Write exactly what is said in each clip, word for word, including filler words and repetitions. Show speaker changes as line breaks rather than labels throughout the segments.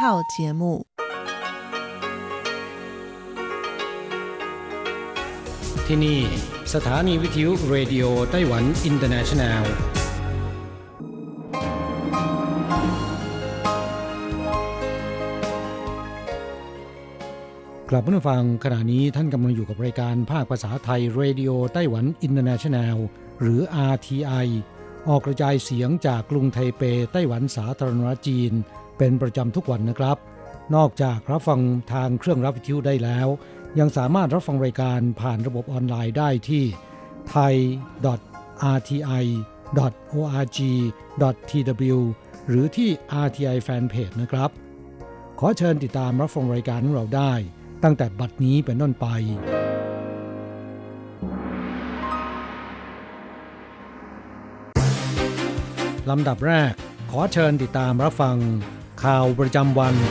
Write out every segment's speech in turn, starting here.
号节目。
ที่นี่สถานีวิทยุเรดิโอไต้หวันอินเตอร์เนชั่นแนลกลับมาฟังขณะนี้ท่านกำลังอยู่กับรายการภาคภาษาไทยเรดิโอไต้หวันอินเตอร์เนชั่นแนลหรือ อาร์ ที ไอ ออกกระจายเสียงจากกรุงไทเปไต้หวันสาธารณรัฐจีนเป็นประจำทุกวันนะครับนอกจากรับฟังทางเครื่องรับวิทยุได้แล้วยังสามารถรับฟังรายการผ่านระบบออนไลน์ได้ที่ ไทย ดอท อาร์ ที ไอ ดอท โอ อาร์ จี ดอท ที ดับเบิลยู หรือที่ อาร์ ที ไอ Fanpage นะครับขอเชิญติดตามรับฟังรายการของเราได้ตั้งแต่บัดนี้เป็นต้นไปลำดับแรกขอเชิญติดตามรับฟังข่าวประจำวัน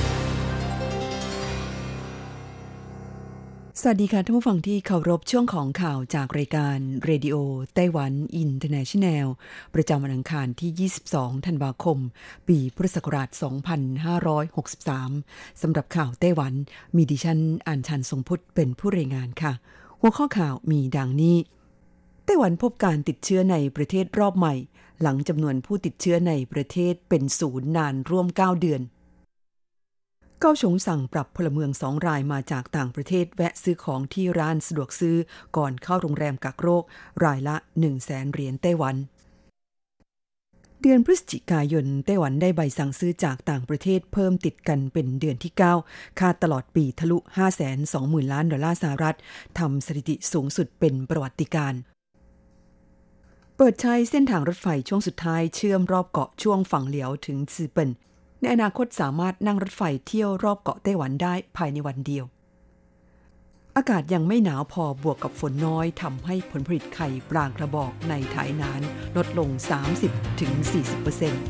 สวัสดีค่ะท่านผู้ฟังที่เคารพช่วงของข่าวจากรายการเรดิโอไต้หวันอินเตอร์เนชั่นแนลประจำวันอังคารที่ยี่สิบสองธันวาคมปีพุทธศักราชสองพันห้าร้อยหกสิบสามสำหรับข่าวไต้หวันมีดิฉันอัญชันทรงพุทธเป็นผู้รายงานค่ะหัวข้อข่าวมีดังนี้ไต้หวันพบการติดเชื้อในประเทศรอบใหม่หลังจำนวนผู้ติดเชื้อในประเทศเป็นศูนย์นานร่วมเก้าเดือนเกาฉงสั่งปรับพลเมืองสองรายมาจากต่างประเทศแวะซื้อของที่ร้านสะดวกซื้อก่อนเข้าโรงแรมกักโรครายละ หนึ่งแสน เหรียญไต้หวันเดือนพฤศจิกายนไต้หวันได้ใบสั่งซื้อจากต่างประเทศเพิ่มติดกันเป็นเดือนที่เก้าคาดตลอดปีทะลุ ห้าแสนสองหมื่น ล้านดอลลาร์สหรัฐทำสถิติสูงสุดเป็นประวัติการณ์เปิดใช้เส้นทางรถไฟช่วงสุดท้ายเชื่อมรอบเกาะช่วงฝั่งเหลียวถึงซือเปิ่นในอนาคตสามารถนั่งรถไฟเที่ยวรอบเกาะไต้หวันได้ภายในวันเดียวอากาศยังไม่หนาวพอบวกกับฝนน้อยทำให้ผลผลิตไข่ปลากระบอกในไถหนานลดลง สามสิบถึงสี่สิบเปอร์เซ็นต์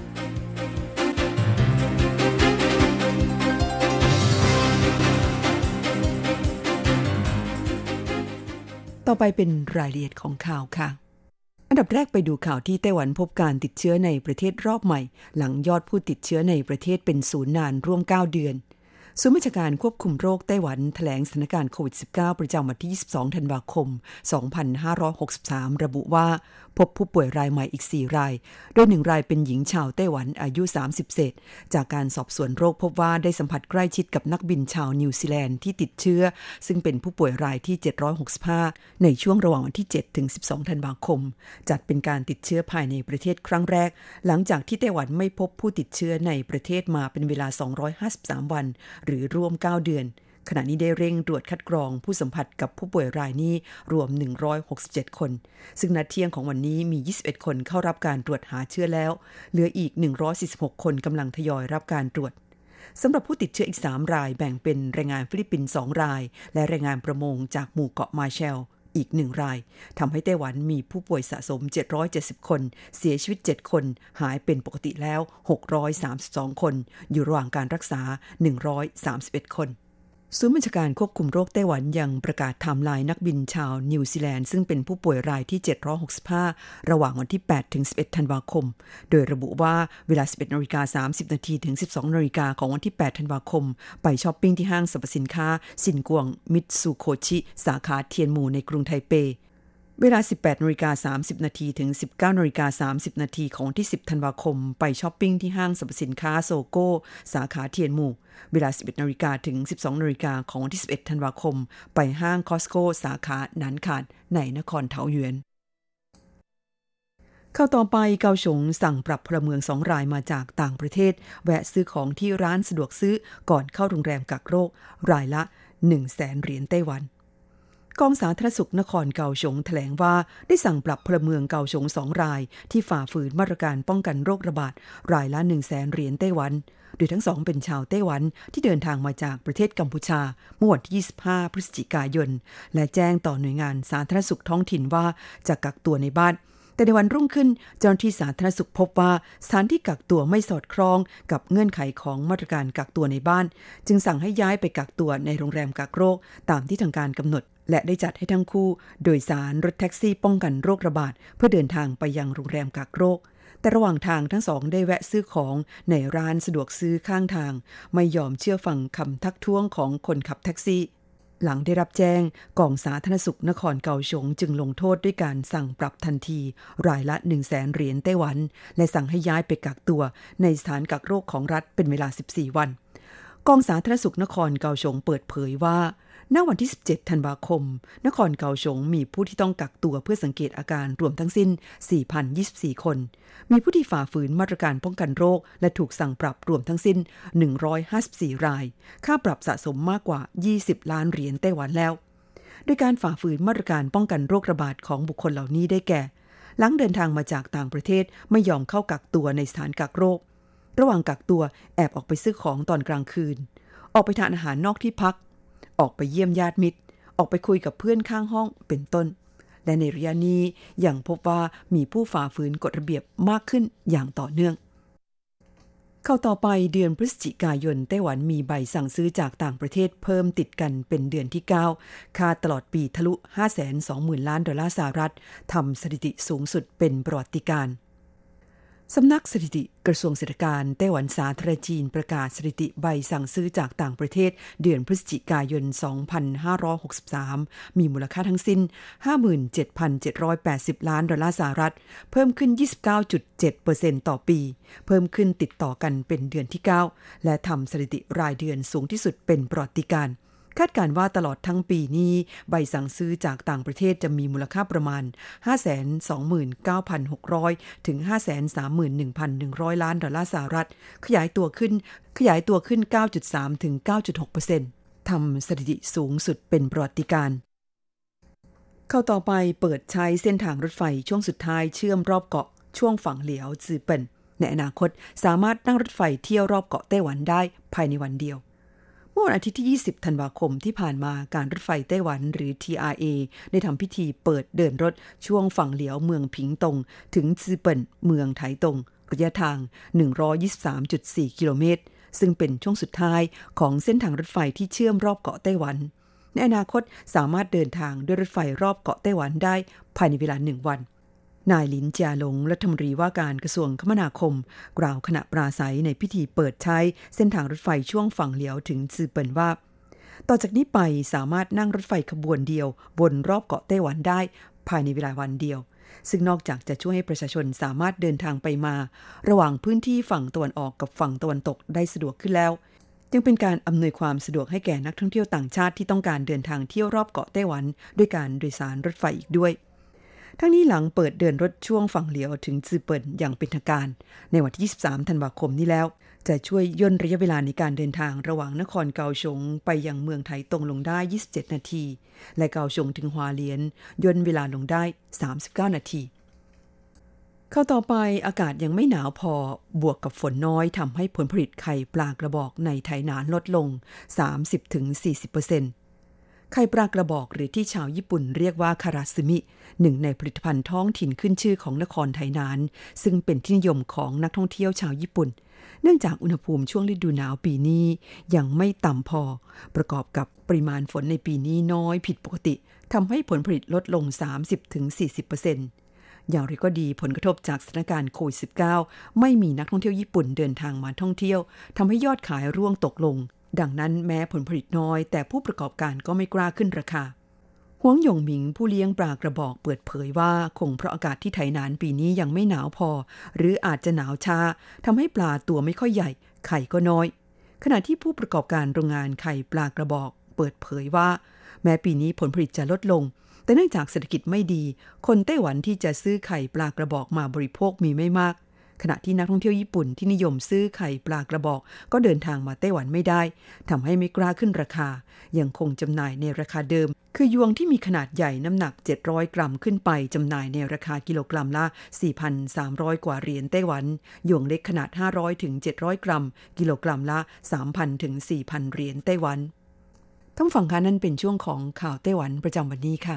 ต่อไปเป็นรายละเอียดของข่าวค่ะอันดับแรกไปดูข่าวที่ไต้หวันพบการติดเชื้อในประเทศรอบใหม่หลังยอดผู้ติดเชื้อในประเทศเป็นศูนย์นานร่วมเก้าเดือนศูนย์บัญชาการควบคุมโรคไต้หวันแถลงสถานการณ์โควิด สิบเก้า ประจำวันที่ยี่สิบสองธันวาคมสองพันห้าร้อยหกสิบสามระบุว่าพบผู้ป่วยรายใหม่อีกสี่รายโดยหนึ่งรายเป็นหญิงชาวไต้หวันอายุสามสิบเศษจากการสอบสวนโรคพบว่าได้สัมผัสใกล้ชิดกับนักบินชาวนิวซีแลนด์ที่ติดเชื้อซึ่งเป็นผู้ป่วยรายที่เจ็ดร้อยหกสิบห้าในช่วงระหว่างวันที่เจ็ดถึงสิบสองธันวาคมจัดเป็นการติดเชื้อภายในประเทศครั้งแรกหลังจากที่ไต้หวันไม่พบผู้ติดเชื้อในประเทศมาเป็นเวลาสองร้อยห้าสิบสามวันหรือรวมเก้าเดือนขณะนี้ได้เร่งตรวจคัดกรองผู้สัมผัสกับผู้ป่วยรายนี้รวมหนึ่งร้อยหกสิบเจ็ดคนซึ่งณเที่ยงของวันนี้มียี่สิบเอ็ดคนเข้ารับการตรวจหาเชื้อแล้วเหลืออีกหนึ่งร้อยสี่สิบหกคนกำลังทยอยรับการตรวจสำหรับผู้ติดเชื้ออีกสามรายแบ่งเป็นแรงงานฟิลิปปินส์สองรายและแรงงานประมงจากหมู่เกาะมาร์แชลอีกหนึ่งรายทำให้ไต้หวันมีผู้ป่วยสะสมเจ็ดร้อยเจ็ดสิบคนเสียชีวิตเจ็ดคนหายเป็นปกติแล้วหกร้อยสามสิบสองคนอยู่ระหว่างการรักษาหนึ่งร้อยสามสิบเอ็ดคนศูนย์บัญชาการควบคุมโรคไต้หวันยังประกาศไทม์ไลน์นักบินชาวนิวซีแลนด์ซึ่งเป็นผู้ป่วยรายที่เจ็ดร้อยหกสิบห้าระหว่างวันที่แปดถึงสิบเอ็ดธันวาคมโดยระบุว่าเวลา สิบเอ็ดนาฬิกาสามสิบนาทีถึง สิบสองนาฬิกาของวันที่แปดธันวาคมไปช้อปปิ้งที่ห้างสรรพสินค้าซินกวงมิตซูโคชิสาขาเทียนหมู่ในกรุงไทเปเวลา สิบแปดนาฬิกาสามสิบนาทีถึง สิบเก้านาฬิกาสามสิบนาทีของวันที่สิบธันวาคมไปช้อปปิ้งที่ห้างสรรพสินค้าโซโก้สาขาเทียนหมู่เวลา สิบเอ็ดนาฬิกาถึง สิบสองนาฬิกาของวันที่สิบเอ็ดธันวาคมไปห้างคอสโก้สาขาหนานขานในนครเทาหยวนเข้าต่อไปเกาฉงสั่งปรับพลเมืองสองรายมาจากต่างประเทศแวะซื้อของที่ร้านสะดวกซื้อก่อนเข้าโรงแรมกักโรครายละ หนึ่งแสน เหรียญไต้หวันกองสาธารณสุขนครเกาฉงแถลงว่าได้สั่งปรับพลเมืองเกาฉงสองรายที่ฝ่าฝืนมาตรการป้องกันโรคระบาดรายละ หนึ่งแสน เหรียญไต้หวันโดยทั้งสองเป็นชาวไต้หวันที่เดินทางมาจากประเทศกัมพูชาเมื่อวันที่ยี่สิบห้าพฤศจิกายนและแจ้งต่อหน่วยงานสาธารณสุขท้องถิ่นว่าจะกักตัวในบ้านแต่ในวันรุ่งขึ้นเจ้าหน้าที่สาธารณสุขพบว่าสถานที่กักตัวไม่สอดคล้องกับเงื่อนไขของมาตรการกักตัวในบ้านจึงสั่งให้ย้ายไปกักตัวในโรงแรมกักโรคตามที่ทางการกำหนดและได้จัดให้ทั้งคู่โดยสารรถแท็กซี่ป้องกันโรคระบาดเพื่อเดินทางไปยังโรงแรมกักโรคแต่ระหว่างทางทั้งสองได้แวะซื้อของในร้านสะดวกซื้อข้างทางไม่ยอมเชื่อฟังคำทักท้วงของคนขับแท็กซี่หลังได้รับแจ้งกองสาธารณสุขนครเกาสงจึงลงโทษด้วยการสั่งปรับทันทีรายละ หนึ่งแสน เหรียญไต้หวันและสั่งให้ย้ายไปกักตัวในสถานกักโรคของรัฐเป็นเวลาสิบสี่วันกองสาธารณสุขนครเกาสงเปิดเผยว่าณวันที่สิบเจ็ดธันวาคมนครเกาสงมีผู้ที่ต้องกักตัวเพื่อสังเกตอาการรวมทั้งสิ้น สี่พันยี่สิบสี่ คนมีผู้ที่ฝ่าฝืนมาตรการป้องกันโรคและถูกสั่งปรับรวมทั้งสิ้นหนึ่งร้อยห้าสิบสี่รายค่าปรับสะสมมากกว่ายี่สิบล้านเหรียญไต้หวันแล้วโดยการฝ่าฝืนมาตรการป้องกันโรคระบาดของบุคคลเหล่านี้ได้แก่หลังเดินทางมาจากต่างประเทศไม่ยอมเข้ากักตัวในสถานกักโรคระหว่างกักตัวแอบออกไปซื้อของตอนกลางคืนออกไปทานอาหารนอกที่พักออกไปเยี่ยมญาติมิตรออกไปคุยกับเพื่อนข้างห้องเป็นต้นและในระยะนี้ยังพบว่ามีผู้ฝ่าฝืนกฎระเบียบมากขึ้นอย่างต่อเนื่องเข้าต่อไปเดือนพฤศจิกายนไต้หวันมีใบสั่งซื้อจากต่างประเทศเพิ่มติดกันเป็นเดือนที่เก้าค่าตลอดปีทะลุ ห้าแสนสองหมื่น ล้านดอลลาร์สหรัฐทำสถิติสูงสุดเป็นประวัติการณ์สำนักสถิติกระทรวงเศรษฐการไต้หวันสาธารณจีนประกาศสถิติใบสั่งซื้อจากต่างประเทศเดือนพฤศจิกายน สองพันห้าร้อยหกสิบสาม มีมูลค่าทั้งสิ้น ห้าหมื่นเจ็ดพันเจ็ดร้อยแปดสิบ ล้านดอลลาร์สหรัฐเพิ่มขึ้น ยี่สิบเก้าจุดเจ็ดเปอร์เซ็นต์ ต่อปีเพิ่มขึ้นติดต่อกันเป็นเดือนที่เก้าและทำสถิติรายเดือนสูงที่สุดเป็นประวัติการณ์คาดการณ์ว่าตลอดทั้งปีนี้ใบสั่งซื้อจากต่างประเทศจะมีมูลค่าประมาณ ห้าแสนสองหมื่นเก้าพันหกร้อย ถึง ห้าแสนสามหมื่นหนึ่งพันหนึ่งร้อย ล้านดอลลาร์สหรัฐขยายตัวขึ้นขยายตัวขึ้น เก้าจุดสาม ถึง เก้าจุดหกเปอร์เซ็นต์ ทำสถิติสูงสุดเป็นประวัติการณ์เข้าต่อไปเปิดใช้เส้นทางรถไฟช่วงสุดท้ายเชื่อมรอบเกาะช่วงฝั่งเหลียวจือเปิ่นในอนาคตสามารถนั่งรถไฟเที่ยวรอบเกาะไต้หวันได้ภายในวันเดียวเมื่อวันอาทิตย์ที่ยี่สิบธันวาคมที่ผ่านมาการรถไฟไต้หวันหรือ ที อาร์ เอ ได้ทำพิธีเปิดเดินรถช่วงฝั่งเหลียวเมืองผิงตงถึงจือเปิ่นเมืองไถตงระยะทาง หนึ่งร้อยยี่สิบสามจุดสี่ กิโลเมตรซึ่งเป็นช่วงสุดท้ายของเส้นทางรถไฟที่เชื่อมรอบเกาะไต้หวันในอนาคตสามารถเดินทางด้วยรถไฟรอบเกาะไต้หวันได้ภายในเวลาหนึ่งวันนายหลินเจียหลงรัฐมนตรีว่าการกระทรวงคมนาคมกล่าวขณะปราศัยในพิธีเปิดใช้เส้นทางรถไฟช่วงฝั่งเหลียวถึงจือเปิ่นว่าต่อจากนี้ไปสามารถนั่งรถไฟขบวนเดียววนรอบเกาะไต้หวันได้ภายในเวลาวันเดียวซึ่งนอกจากจะช่วยให้ประชาชนสามารถเดินทางไปมาระหว่างพื้นที่ฝั่งตะวันออกกับฝั่งตะวันตกได้สะดวกขึ้นแล้วยังเป็นการอำนวยความสะดวกให้แก่นักท่องเที่ยวต่างชาติที่ต้องการเดินทางเที่ยวรอบเกาะไต้หวันด้วยการโดยสารรถไฟอีกด้วยทั้งนี้หลังเปิดเดินรถช่วงฝั่งเหลียวถึงจือเปิ่นอย่างเป็นทางการในวันที่ยี่สิบสามธันวาคมนี้แล้วจะช่วยย่นระยะเวลาในการเดินทางระหว่างนครเกาสงไปยังเมืองไถตงลงได้ยี่สิบเจ็ดนาทีและเกาสงถึงฮวาเลียนย่นเวลาลงได้สามสิบเก้านาทีเข้าต่อไปอากาศยังไม่หนาวพอบวกกับฝนน้อยทำให้ผลผลิตไข่ปลากระบอกในไถหนานลดลง สามสิบถึงสี่สิบเปอร์เซ็นต์ไข่ปลากระบอกหรือที่ชาวญี่ปุ่นเรียกว่าคาราซึมิหนึ่งในผลิตภัณฑ์ท้องถิ่นขึ้นชื่อของนครไถหนานซึ่งเป็นที่นิยมของนักท่องเที่ยวชาวญี่ปุ่นเนื่องจากอุณหภูมิช่วงฤดูหนาวปีนี้ยังไม่ต่ำพอประกอบกับปริมาณฝนในปีนี้น้อยผิดปกติทำให้ผลผลิตลดลง สามสิบถึงสี่สิบเปอร์เซ็นต์ อย่างไรก็ดีผลกระทบจากสถานการณ์โควิด สิบเก้า ไม่มีนักท่องเที่ยวญี่ปุ่นเดินทางมาท่องเที่ยวทำให้ยอดขายร่วงตกลงดังนั้นแม้ผลผลิตน้อยแต่ผู้ประกอบการก็ไม่กล้าขึ้นราคาฮวงหยงหมิงผู้เลี้ยงปลากระบอกเปิดเผยว่าคงเพราะอากาศที่ไถหนานปีนี้ยังไม่หนาวพอหรืออาจจะหนาวช้าทำให้ปลาตัวไม่ค่อยใหญ่ไข่ก็น้อยขณะที่ผู้ประกอบการโรงงานไข่ปลากระบอกเปิดเผยว่าแม้ปีนี้ผลผลิตจะลดลงแต่เนื่องจากเศรษฐกิจไม่ดีคนไต้หวันที่จะซื้อไข่ปลากระบอกมาบริโภคมีไม่มากขณะที่นักท่องเที่ยวญี่ปุ่นที่นิยมซื้อไข่ปลากระบอกก็เดินทางมาไต้หวันไม่ได้ทำให้ไม่กล้าขึ้นราคายังคงจำหน่ายในราคาเดิมคือยวงที่มีขนาดใหญ่น้ำหนักเจ็ดร้อยกรัมขึ้นไปจำหน่ายในราคากิโลกรัมละ สี่พันสามร้อย กว่าเหรียญไต้หวันยวงเล็กขนาดห้าร้อยถึงเจ็ดร้อยกรัมกิโลกรัมละ สามพันถึงสี่พัน เหรียญไต้หวันทั้งฝั่งค่ะนั่นเป็นช่วงของข่าวไต้หวันประจำวันนี้ค่ะ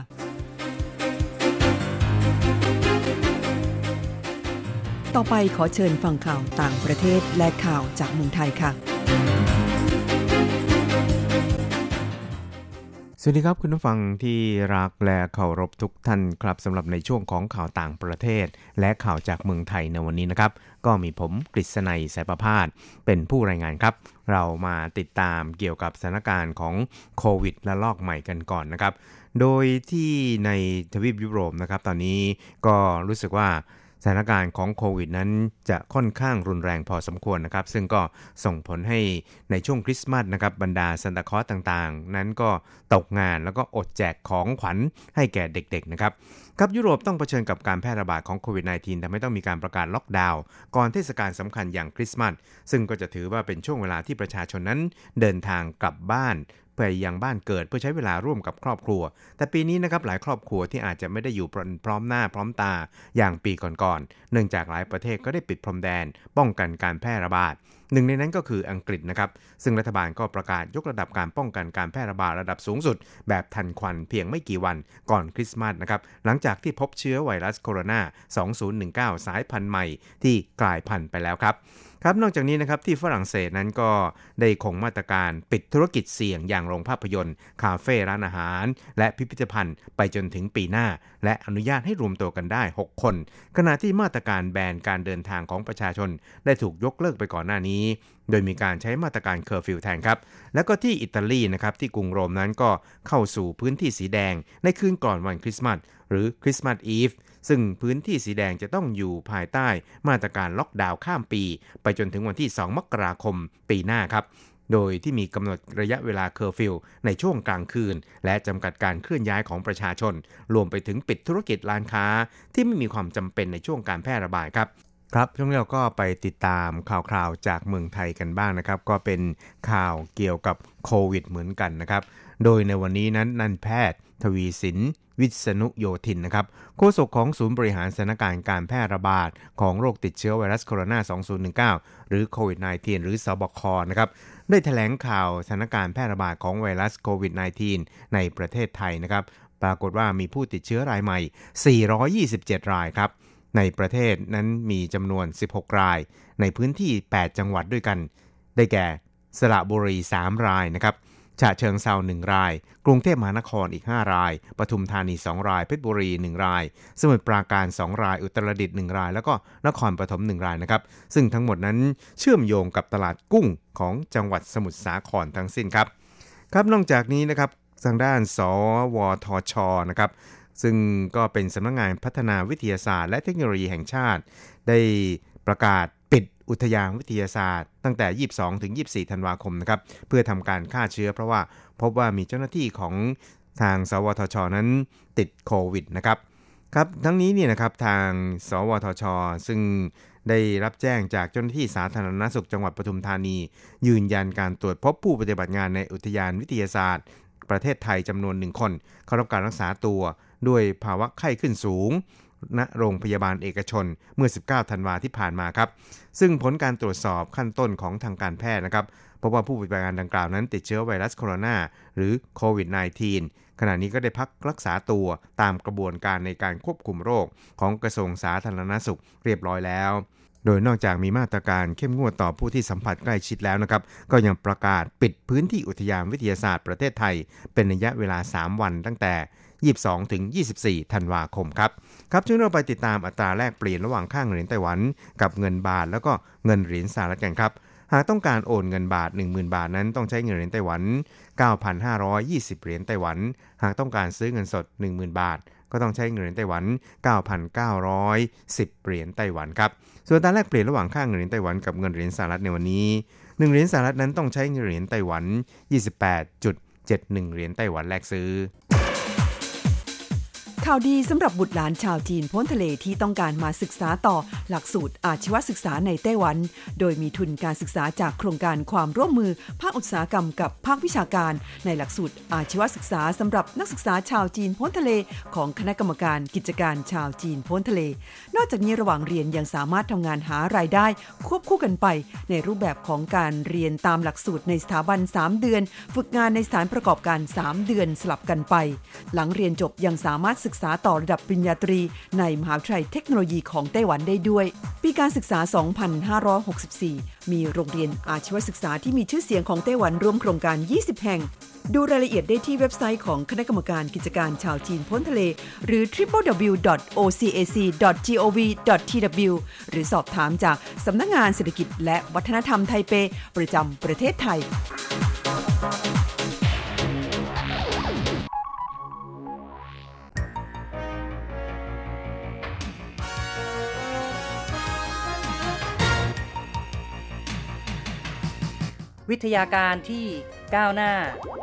ต่อไปขอเชิญฟังข่าวต่างประเทศและข่าวจากเมืองไทยค่ะ
สวัสดีครับคุณผู้ฟังที่รักและเคารพทุกท่านครับสำหรับในช่วงของข่าวต่างประเทศและข่าวจากเมืองไทยในวันนี้นะครับก็มีผมกฤษณัยสายประพาสเป็นผู้รายงานครับเรามาติดตามเกี่ยวกับสถานการณ์ของโควิดระลอกใหม่กันก่อนนะครับโดยที่ในทวีปยุโรปนะครับตอนนี้ก็รู้สึกว่าสถานการณ์ของโควิดนั้นจะค่อนข้างรุนแรงพอสมควรนะครับซึ่งก็ส่งผลให้ในช่วงคริสต์มาสนะครับบรรดาซันตาคลอสต่างๆนั้นก็ตกงานแล้วก็อดแจกของขวัญให้แก่เด็กๆนะครับครับยุโรปต้องเผชิญกับการแพร่ระบาดของโควิด สิบเก้า ทำให้ต้องมีการประกาศล็อกดาวน์ก่อนเทศกาลสำคัญอย่างคริสต์มาสซึ่งก็จะถือว่าเป็นช่วงเวลาที่ประชาชนนั้นเดินทางกลับบ้านไปยังบ้านเกิดเพื่อใช้เวลาร่วมกับครอบครัวแต่ปีนี้นะครับหลายครอบครัวที่อาจจะไม่ได้อยู่พร้อมหน้าพร้อมตาอย่างปีก่อนๆเนื่องจากหลายประเทศก็ได้ปิดพรมแดนป้องกันการแพร่ระบาดหนึ่งในนั้นก็คืออังกฤษนะครับซึ่งรัฐบาลก็ประกาศยกระดับการป้องกันการแพร่ระบาดระดับสูงสุดแบบทันควันเพียงไม่กี่วันก่อนคริสต์มาสนะครับหลังจากที่พบเชื้อไวรัสโคโรนา สองพันสิบเก้า สายพันธุ์ใหม่ที่กลายพันธุ์ไปแล้วครับครับนอกจากนี้นะครับที่ฝรั่งเศสนั้นก็ได้คงมาตรการปิดธุรกิจเสี่ยงอย่างโรงภาพยนตร์คาเฟ่ร้านอาหารและพิพิธภัณฑ์ไปจนถึงปีหน้าและอนุญาตให้รวมตัวกันได้หกคนขณะที่มาตรการแบนการเดินทางของประชาชนได้ถูกยกเลิกไปก่อนหน้านี้โดยมีการใช้มาตรการเคอร์ฟิวแทนครับแล้วก็ที่อิตาลีนะครับที่กรุงโรมนั้นก็เข้าสู่พื้นที่สีแดงในคืนก่อนวันคริสต์มาสหรือคริสต์มาสอีฟซึ่งพื้นที่สีแดงจะต้องอยู่ภายใต้มาตรการล็อกดาวน์ข้ามปีไปจนถึงวันที่สองมกราคมปีหน้าครับโดยที่มีกำหนดระยะเวลาเคอร์ฟิวในช่วงกลางคืนและจำกัดการเคลื่อนย้ายของประชาชนรวมไปถึงปิดธุรกิจร้านค้าที่ไม่มีความจำเป็นในช่วงการแพร่ระบาดครับครับช่วงนี้เราก็ไปติดตามข่าวๆจากเมืองไทยกันบ้างนะครับก็เป็นข่าวเกี่ยวกับโควิดเหมือนกันนะครับโดยในวันนี้นั้นนันแพทย์ทวีสินวิษณุโยธินนะครับโฆษกของศูนย์บริหารสถานการณ์การแพร่ระบาดของโรคติดเชื้อไวรัสโคโรนา สองพันสิบเก้า หรือโควิด สิบเก้า หรือสบคนะครับได้แถลงข่าวสถานการณ์แพร่ระบาดของไวรัสโควิด สิบเก้า ในประเทศไทยนะครับปรากฏว่ามีผู้ติดเชื้อรายใหม่สี่ร้อยยี่สิบเจ็ดรายครับในประเทศนั้นมีจำนวนสิบหกรายในพื้นที่แปดจังหวัดด้วยกันได้แก่สระบุรีสามรายนะครับฉะเชิงเทราหนึ่งรายกรุงเทพมหานครอีกห้ารายปทุมธานีสองรายเพชรบุรีหนึ่งรายสมุทรปราการสองรายอุตรดิตถ์หนึ่งรายแล้วก็นครปฐมหนึ่งรายนะครับซึ่งทั้งหมดนั้นเชื่อมโยงกับตลาดกุ้งของจังหวัดสมุทรสาครทั้งสิ้นครับครับนอกจากนี้นะครับทางด้านสวทช.นะครับซึ่งก็เป็นสำนักงานพัฒนาวิทยาศาสตร์และเทคโนโลยีแห่งชาติได้ประกาศปิดอุทยานวิทยาศาสตร์ตั้งแต่ยี่สิบสองถึงยี่สิบสี่ธันวาคมนะครับเพื่อทำการฆ่าเชื้อเพราะว่าพบว่ามีเจ้าหน้าที่ของทางสวทช.นั้นติดโควิดนะครับครับทั้งนี้เนี่ยนะครับทางสวทช.ซึ่งได้รับแจ้งจากเจ้าหน้าที่สาธารณสุขจังหวัดปทุมธานียืนยันการตรวจพบผู้ปฏิบัติงานในอุทยานวิทยาศาสตร์ประเทศไทยจำนวนหนึ่งคนเข้ารับการรักษาตัวด้วยภาวะไข้ขึ้นสูงณโรงพยาบาลเอกชนเมื่อสิบเก้าธันวาคมที่ผ่านมาครับซึ่งผลการตรวจสอบขั้นต้นของทางการแพทย์นะครับพบว่าผู้ปฏิบัติงานดังกล่าวนั้นติดเชื้อไวรัสโคโรนาหรือโควิด สิบเก้า ขณะนี้ก็ได้พักรักษาตัวตามกระบวนการในการควบคุมโรคของกระทรวงสาธารณสุขเรียบร้อยแล้วโดยนอกจากมีมาตรการเข้มงวดต่อผู้ที่สัมผัสใกล้ชิดแล้วนะครับก็ยังประกาศปิดพื้นที่อุทยานวิทยาศาสตร์ประเทศไทยเป็นระยะเวลาสามวันตั้งแต่ยี่สิบสองถึงยี่สิบสี่ธันวาคมครับครับช่วงเราไปติดตามอัตราแลกเปลี่ยนระหว่างค่าเงินเหรียญไต้หวันกับเงินบาทแล้วก็เงินเหรียญสหรัฐกันครับหากต้องการโอนเงินบาท หนึ่งหมื่น บาทนั้นต้องใช้เงินเหรียญไต้หวัน เก้าพันห้าร้อยยี่สิบ เหรียญไต้หวันหากต้องการซื้อเงินสด หนึ่งหมื่น บาทก็ต้องใช้เงินเหรียญไต้หวัน เก้าพันเก้าร้อยสิบ เหรียญไต้หวันครับส่วนอัตราแลกเปลี่ยนระหว่างค่าเงินเหรียญไต้หวันกับเงินเหรียญสหรัฐในวันนี้หนึ่งเหรียญสหรัฐนั้นต้องใช้เงินเหรียญไต้หวัน ยี่สิบแปดจุดเจ็ดหนึ่ง เหรียญไต้หวันแลกซื้อ
ข่าวดีสำหรับบุตรหลานชาวจีนพ้นทะเลที่ต้องการมาศึกษาต่อหลักสูตรอาชีวศึกษาในไต้หวันโดยมีทุนการศึกษาจากโครงการความร่วมมือภาคอุตสาหกรรมกับภาควิชาการในหลักสูตรอาชีวศึกษาสำหรับนักศึกษาชาวจีนพ้นทะเลของคณะกรรมการกิจการชาวจีนพ้นทะเลนอกจากนี้ระหว่างเรียนยังสามารถทำงานหารายได้ควบคู่กันไปในรูปแบบของการเรียนตามหลักสูตรในสถาบันสามเดือนฝึกงานในสถานประกอบการสามเดือนสลับกันไปหลังเรียนจบยังสามารถศึกกษาต่อระดับปริญญาตรีในมหาวิทยาลัยเทคโนโลยีของไต้หวันได้ด้วยปีการศึกษา สองพันห้าร้อยหกสิบสี่ มีโรงเรียนอาชีวศึกษาที่มีชื่อเสียงของไต้หวันร่วมโครงการ ยี่สิบ แห่งดูรายละเอียดได้ที่เว็บไซต์ของคณะกรรมการกิจการชาวจีนพ้นทะเลหรือ ดับเบิลยู ดับเบิลยู ดับเบิลยู ดอท โอ ซี เอ ซี ดอท จี โอ วี ดอท ที ดับเบิลยู หรือสอบถามจากสำนักงานเศรษฐกิจและวัฒนธรรมไทเปประจำประเทศไทย
วิทยาการที่ก้าวหน้า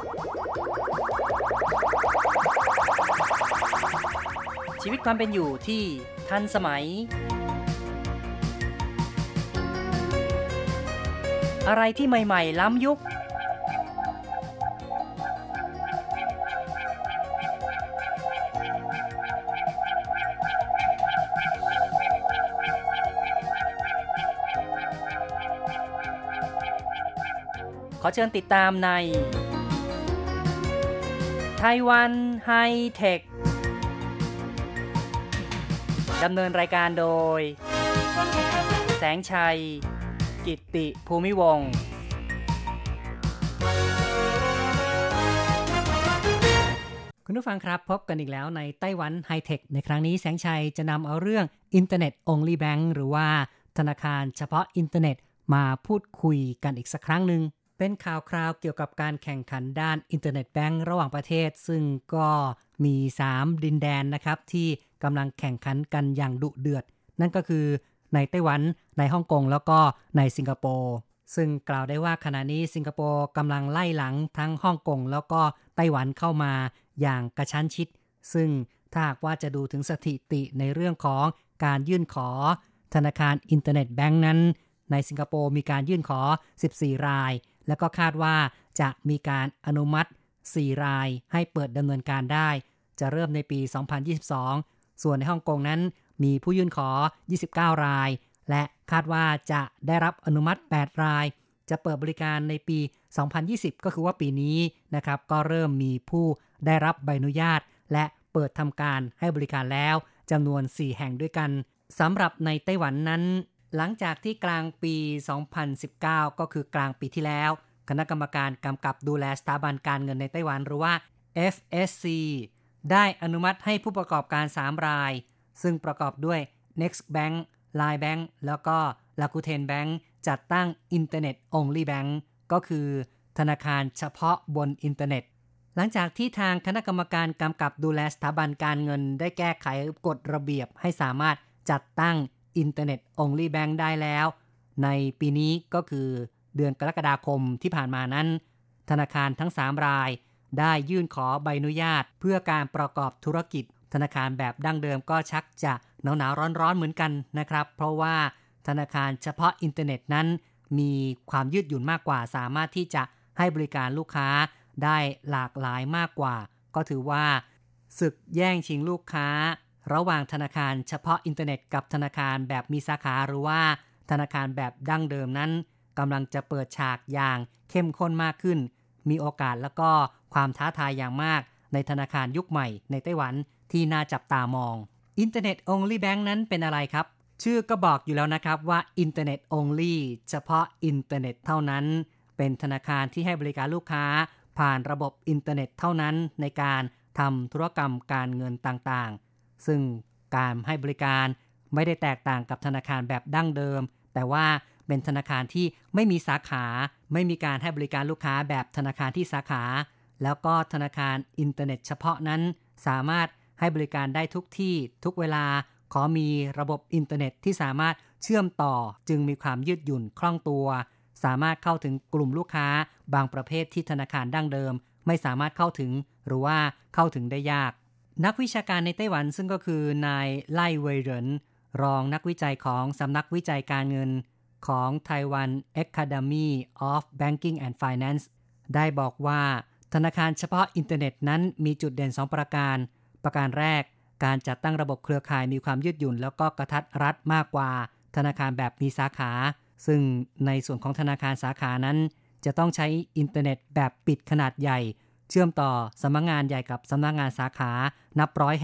ชีวิตความเป็นอยู่ที่ทันสมัยอะไรที่ใหม่ๆล้ำยุคขอเชิญติดตามในไต้หวันไฮเทคดำเนินรายการโดยแสงชัยกิตติภูมิวงศ์คุณผู้ฟังครับพบกันอีกแล้วในไต้หวันไฮเทคในครั้งนี้แสงชัยจะนำเอาเรื่อง Internet Only Bank หรือว่าธนาคารเฉพาะอินเทอร์เน็ตมาพูดคุยกันอีกสักครั้งหนึ่งเป็นข่าวคราวเกี่ยวกับการแข่งขันด้านอินเทอร์เน็ตแบงก์ระหว่างประเทศซึ่งก็มีสามดินแดนนะครับที่กำลังแข่งขันกันอย่างดุเดือดนั่นก็คือในไต้หวันในฮ่องกงแล้วก็ในสิงคโปร์ซึ่งกล่าวได้ว่าขณะนี้สิงคโปร์กำลังไล่หลังทั้งฮ่องกงแล้วก็ไต้หวันเข้ามาอย่างกระชั้นชิดซึ่งถ้าหากว่าจะดูถึงสถิติในเรื่องของการยื่นขอธนาคารอินเทอร์เน็ตแบงก์นั้นในสิงคโปร์มีการยื่นขอสิบสี่รายแล้วก็คาดว่าจะมีการอนุมัติสี่รายให้เปิดดำเนินการได้จะเริ่มในปีสองพันยี่สิบสองส่วนในฮ่องกงนั้นมีผู้ยื่นขอยี่สิบเก้ารายและคาดว่าจะได้รับอนุมัติแปดรายจะเปิดบริการในปีสองพันยี่สิบก็คือว่าปีนี้นะครับก็เริ่มมีผู้ได้รับใบอนุญาตและเปิดทำการให้บริการแล้วจำนวนสี่แห่งด้วยกันสำหรับในไต้หวันนั้นหลังจากที่กลางปีสองพันสิบเก้าก็คือกลางปีที่แล้วคณะกรรมการกำกับดูแลสถาบันการเงินในไต้หวันหรือว่า เอฟ เอส ซี ได้อนุมัติให้ผู้ประกอบการสามรายซึ่งประกอบด้วย Next Bank, Line Bank แล้วก็ Rakuten Bank จัดตั้ง Internet Only Bank ก็คือธนาคารเฉพาะบนอินเทอร์เน็ตหลังจากที่ทางคณะกรรมการกำกับดูแลสถาบันการเงินได้แก้ไขกฎระเบียบให้สามารถจัดตั้ง Internet Only Bank ได้แล้วในปีนี้ก็คือเดือนกรกฎาคมที่ผ่านมานั้นธนาคารทั้งสามรายได้ยื่นขอใบอนุญาตเพื่อการประกอบธุรกิจธนาคารแบบดั้งเดิมก็ชักจะหนาวๆร้อนๆเหมือนกันนะครับเพราะว่าธนาคารเฉพาะอินเทอร์เน็ตนั้นมีความยืดหยุ่นมากกว่าสามารถที่จะให้บริการลูกค้าได้หลากหลายมากกว่าก็ถือว่าศึกแย่งชิงลูกค้าระหว่างธนาคารเฉพาะอินเทอร์เน็ตกับธนาคารแบบมีสาขาหรือว่าธนาคารแบบดั้งเดิมนั้นกำลังจะเปิดฉากอย่างเข้มข้นมากขึ้นมีโอกาสแล้วก็ความท้าทายอย่างมากในธนาคารยุคใหม่ในไต้หวันที่น่าจับตามอง Internet Only Bank นั้นเป็นอะไรครับชื่อก็บอกอยู่แล้วนะครับว่า Internet Only เฉพาะอินเทอร์เน็ตเท่านั้นเป็นธนาคารที่ให้บริการลูกค้าผ่านระบบอินเทอร์เน็ตเท่านั้นในการทำธุรกรรมการเงินต่างๆซึ่งการให้บริการไม่ได้แตกต่างกับธนาคารแบบดั้งเดิมแต่ว่าเป็นธนาคารที่ไม่มีสาขาไม่มีการให้บริการลูกค้าแบบธนาคารที่สาขาแล้วก็ธนาคารอินเทอร์เน็ตเฉพาะนั้นสามารถให้บริการได้ทุกที่ทุกเวลาขอมีระบบอินเทอร์เน็ตที่สามารถเชื่อมต่อจึงมีความยืดหยุ่นคล่องตัวสามารถเข้าถึงกลุ่มลูกค้าบางประเภทที่ธนาคารดั้งเดิมไม่สามารถเข้าถึงหรือว่าเข้าถึงได้ยากนักวิชาการในไต้หวันซึ่งก็คือนายไล่เว่ยเหรินรองนักวิจัยของสำนักวิจัยการเงินของ Taiwan Academy of Banking and Finance ได้บอกว่าธนาคารเฉพาะอินเทอร์เน็ตนั้นมีจุดเด่นสองประการประการแรกการจัดตั้งระบบเครือข่ายมีความยืดหยุ่นแล้วก็กระทัดรัดมากกว่าธนาคารแบบมีสาขาซึ่งในส่วนของธนาคารสาขานั้นจะต้องใช้อินเทอร์เน็ตแบบปิดขนาดใหญ่เชื่อมต่อสำนักงานใหญ่กับสำนักงานสาขานับร้อยแห่ง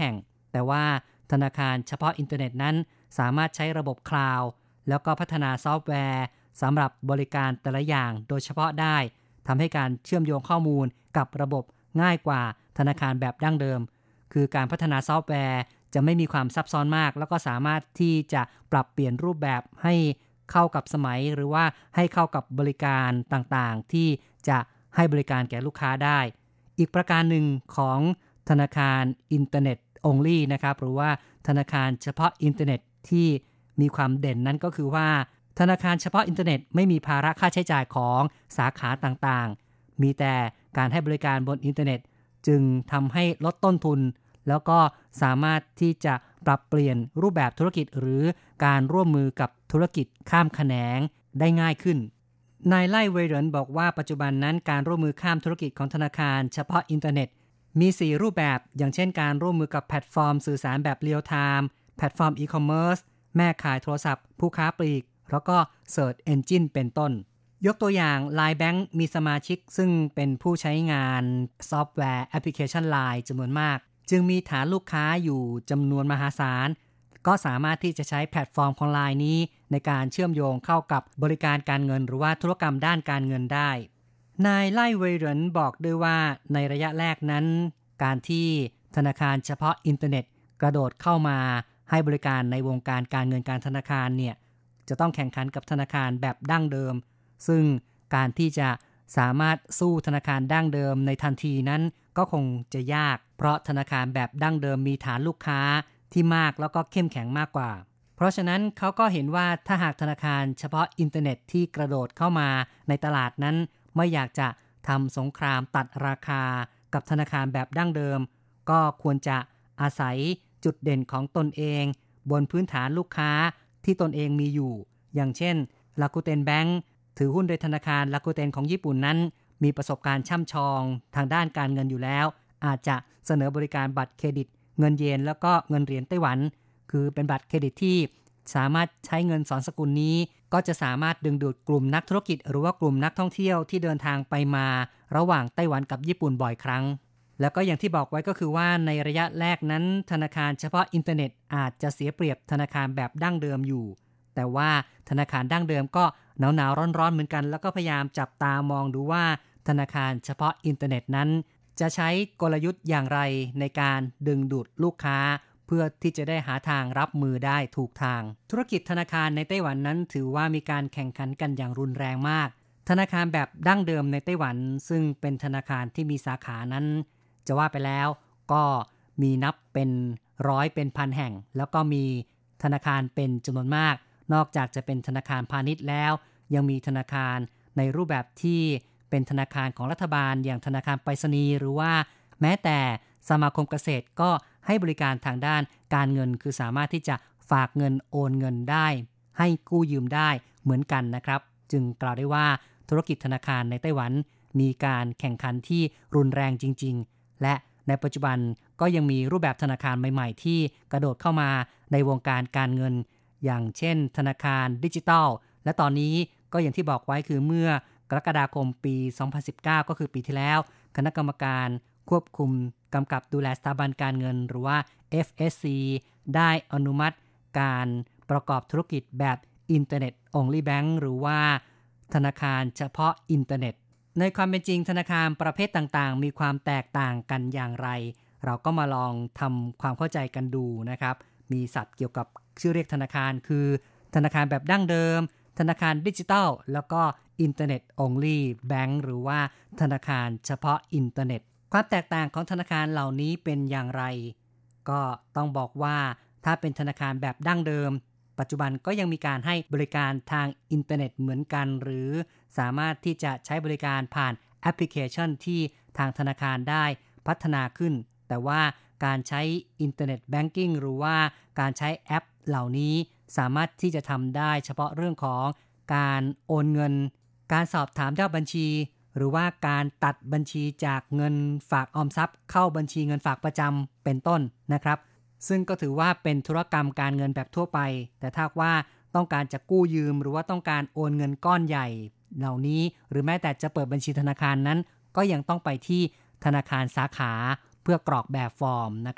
แต่ว่าธนาคารเฉพาะอินเทอร์เน็ตนั้นสามารถใช้ระบบคลาวด์แล้วก็พัฒนาซอฟต์แวร์สำหรับบริการแต่ละอย่างโดยเฉพาะได้ทำให้การเชื่อมโยงข้อมูลกับระบบง่ายกว่าธนาคารแบบดั้งเดิมคือการพัฒนาซอฟต์แวร์จะไม่มีความซับซ้อนมากแล้วก็สามารถที่จะปรับเปลี่ยนรูปแบบให้เข้ากับสมัยหรือว่าให้เข้ากับบริการต่างๆที่จะให้บริการแก่ลูกค้าได้อีกประการหนึ่งของธนาคารอินเทอร์เน็ต only นะครับหรือว่าธนาคารเฉพาะอินเทอร์เน็ตที่มีความเด่นนั้นก็คือว่าธนาคารเฉพาะอินเทอร์เน็ตไม่มีภาระค่าใช้จ่ายของสาขาต่างๆมีแต่การให้บริการบนอินเทอร์เน็ตจึงทำให้ลดต้นทุนแล้วก็สามารถที่จะปรับเปลี่ยนรูปแบบธุรกิจหรือการร่วมมือกับธุรกิจข้ามแขนงได้ง่ายขึ้นนายไล่เวเรนบอกว่าปัจจุบันนั้นการร่วมมือข้ามธุรกิจของธนาคารเฉพาะอินเทอร์เน็ตมีสี่รูปแบบอย่างเช่นการร่วมมือกับแพลตฟอร์มสื่อสารแบบเรียลไทม์แพลตฟอร์มอีคอมเมิร์ซแม่ขายโทรศัพท์ผู้ค้าปลีกแล้วก็ Search Engine เป็นต้นยกตัวอย่าง ไลน์ Bank มีสมาชิกซึ่งเป็นผู้ใช้งานซอฟต์แวร์แอปพลิเคชัน ไลน์ จำนวนมากจึงมีฐานลูกค้าอยู่จำนวนมหาศาลก็สามารถที่จะใช้แพลตฟอร์มของ ไลน์ นี้ในการเชื่อมโยงเข้ากับบริการการเงินหรือว่าธุรกรรมด้านการเงินได้นายไล่เวเรนบอกด้วยว่าในระยะแรกนั้นการที่ธนาคารเฉพาะอินเทอร์เน็ตกระโดดเข้ามาให้บริการในวงการการเงินการธนาคารเนี่ยจะต้องแข่งขันกับธนาคารแบบดั้งเดิมซึ่งการที่จะสามารถสู้ธนาคารดั้งเดิมในทันทีนั้นก็คงจะยากเพราะธนาคารแบบดั้งเดิมมีฐานลูกค้าที่มากแล้วก็เข้มแข็งมากกว่าเพราะฉะนั้นเขาก็เห็นว่าถ้าหากธนาคารเฉพาะอินเทอร์เน็ตที่กระโดดเข้ามาในตลาดนั้นไม่อยากจะทำสงครามตัดราคากับธนาคารแบบดั้งเดิมก็ควรจะอาศัยจุดเด่นของตนเองบนพื้นฐานลูกค้าที่ตนเองมีอยู่อย่างเช่น Rakuten Bank ถือหุ้นโดยธนาคาร Rakuten ของญี่ปุ่นนั้นมีประสบการณ์ช่ำชองทางด้านการเงินอยู่แล้วอาจจะเสนอบริการบัตรเครดิตเงินเยนแล้วก็เงินเหรียญไต้หวันคือเป็นบัตรเครดิตที่สามารถใช้เงินสองสกุลนี้ก็จะสามารถดึงดูดกลุ่มนักธุรกิจหรือว่ากลุ่มนักท่องเที่ยวที่เดินทางไปมาระหว่างไต้หวันกับญี่ปุ่นบ่อยครั้งแล้วก็อย่างที่บอกไว้ก็คือว่าในระยะแรกนั้นธนาคารเฉพาะอินเทอร์เน็ตอาจจะเสียเปรียบธนาคารแบบดั้งเดิมอยู่แต่ว่าธนาคารดั้งเดิมก็หนาวๆร้อนๆเหมือนกันแล้วก็พยายามจับตามองดูว่าธนาคารเฉพาะอินเทอร์เน็ตนั้นจะใช้กลยุทธ์อย่างไรในการดึงดูดลูกค้าเพื่อที่จะได้หาทางรับมือได้ถูกทางธุรกิจธนาคารในไต้หวันนั้นถือว่ามีการแข่งขันกันอย่างรุนแรงมากธนาคารแบบดั้งเดิมในไต้หวันซึ่งเป็นธนาคารที่มีสาขานั้นจะว่าไปแล้วก็มีนับเป็นร้อยเป็นพันแห่งแล้วก็มีธนาคารเป็นจำนวนมากนอกจากจะเป็นธนาคารพาณิชย์แล้วยังมีธนาคารในรูปแบบที่เป็นธนาคารของรัฐบาลอย่างธนาคารไปรษณีย์หรือว่าแม้แต่สมาคมเกษตรก็ให้บริการทางด้านการเงินคือสามารถที่จะฝากเงินโอนเงินได้ให้กู้ยืมได้เหมือนกันนะครับจึงกล่าวได้ว่าธุรกิจธนาคารในไต้หวันมีการแข่งขันที่รุนแรงจริงๆและในปัจจุบันก็ยังมีรูปแบบธนาคารใหม่ๆที่กระโดดเข้ามาในวงการการเงินอย่างเช่นธนาคารดิจิทัลและตอนนี้ก็อย่างที่บอกไว้คือเมื่อกรกฎาคมปีสองพันสิบเก้าก็คือปีที่แล้วคณะกรรมการควบคุมกำกับดูแลสถาบันการเงินหรือว่า เอฟ เอส ซี ได้อนุมัติการประกอบธุรกิจแบบ Internet Only Bank หรือว่าธนาคารเฉพาะอินเทอร์เน็ตในความเป็นจริงธนาคารประเภทต่างๆมีความแตกต่างกันอย่างไรเราก็มาลองทำความเข้าใจกันดูนะครับมีศัพท์เกี่ยวกับชื่อเรียกธนาคารคือธนาคารแบบดั้งเดิมธนาคารดิจิทัลแล้วก็ Internet Only Bank หรือว่าธนาคารเฉพาะอินเทอร์เน็ตความแตกต่างของธนาคารเหล่านี้เป็นอย่างไรก็ต้องบอกว่าถ้าเป็นธนาคารแบบดั้งเดิมปัจจุบันก็ยังมีการให้บริการทางอินเทอร์เน็ตเหมือนกันหรือสามารถที่จะใช้บริการผ่านแอปพลิเคชันที่ทางธนาคารได้พัฒนาขึ้นแต่ว่าการใช้อินเทอร์เน็ตแบงกิ้งหรือว่าการใช้แอปเหล่านี้สามารถที่จะทำได้เฉพาะเรื่องของการโอนเงินการสอบถามยอดบัญชีหรือว่าการตัดบัญชีจากเงินฝากออมทรัพย์เข้าบัญชีเงินฝากประจำเป็นต้นนะครับซึ่งก็ถือว่าเป็นธุรกรรมการเงินแบบทั่วไปแต่ถ้าว่าต้องการจะกู้ยืมหรือว่าต้องการโอนเงินก้อนใหญ่เหล่านี้หรือแม้แต่จะเปิดบัญชีธนาคารนั้นก็ยังต้องไปที่ธนาคารสาขาเพื่อกรอกแบบฟอร์มนะครับ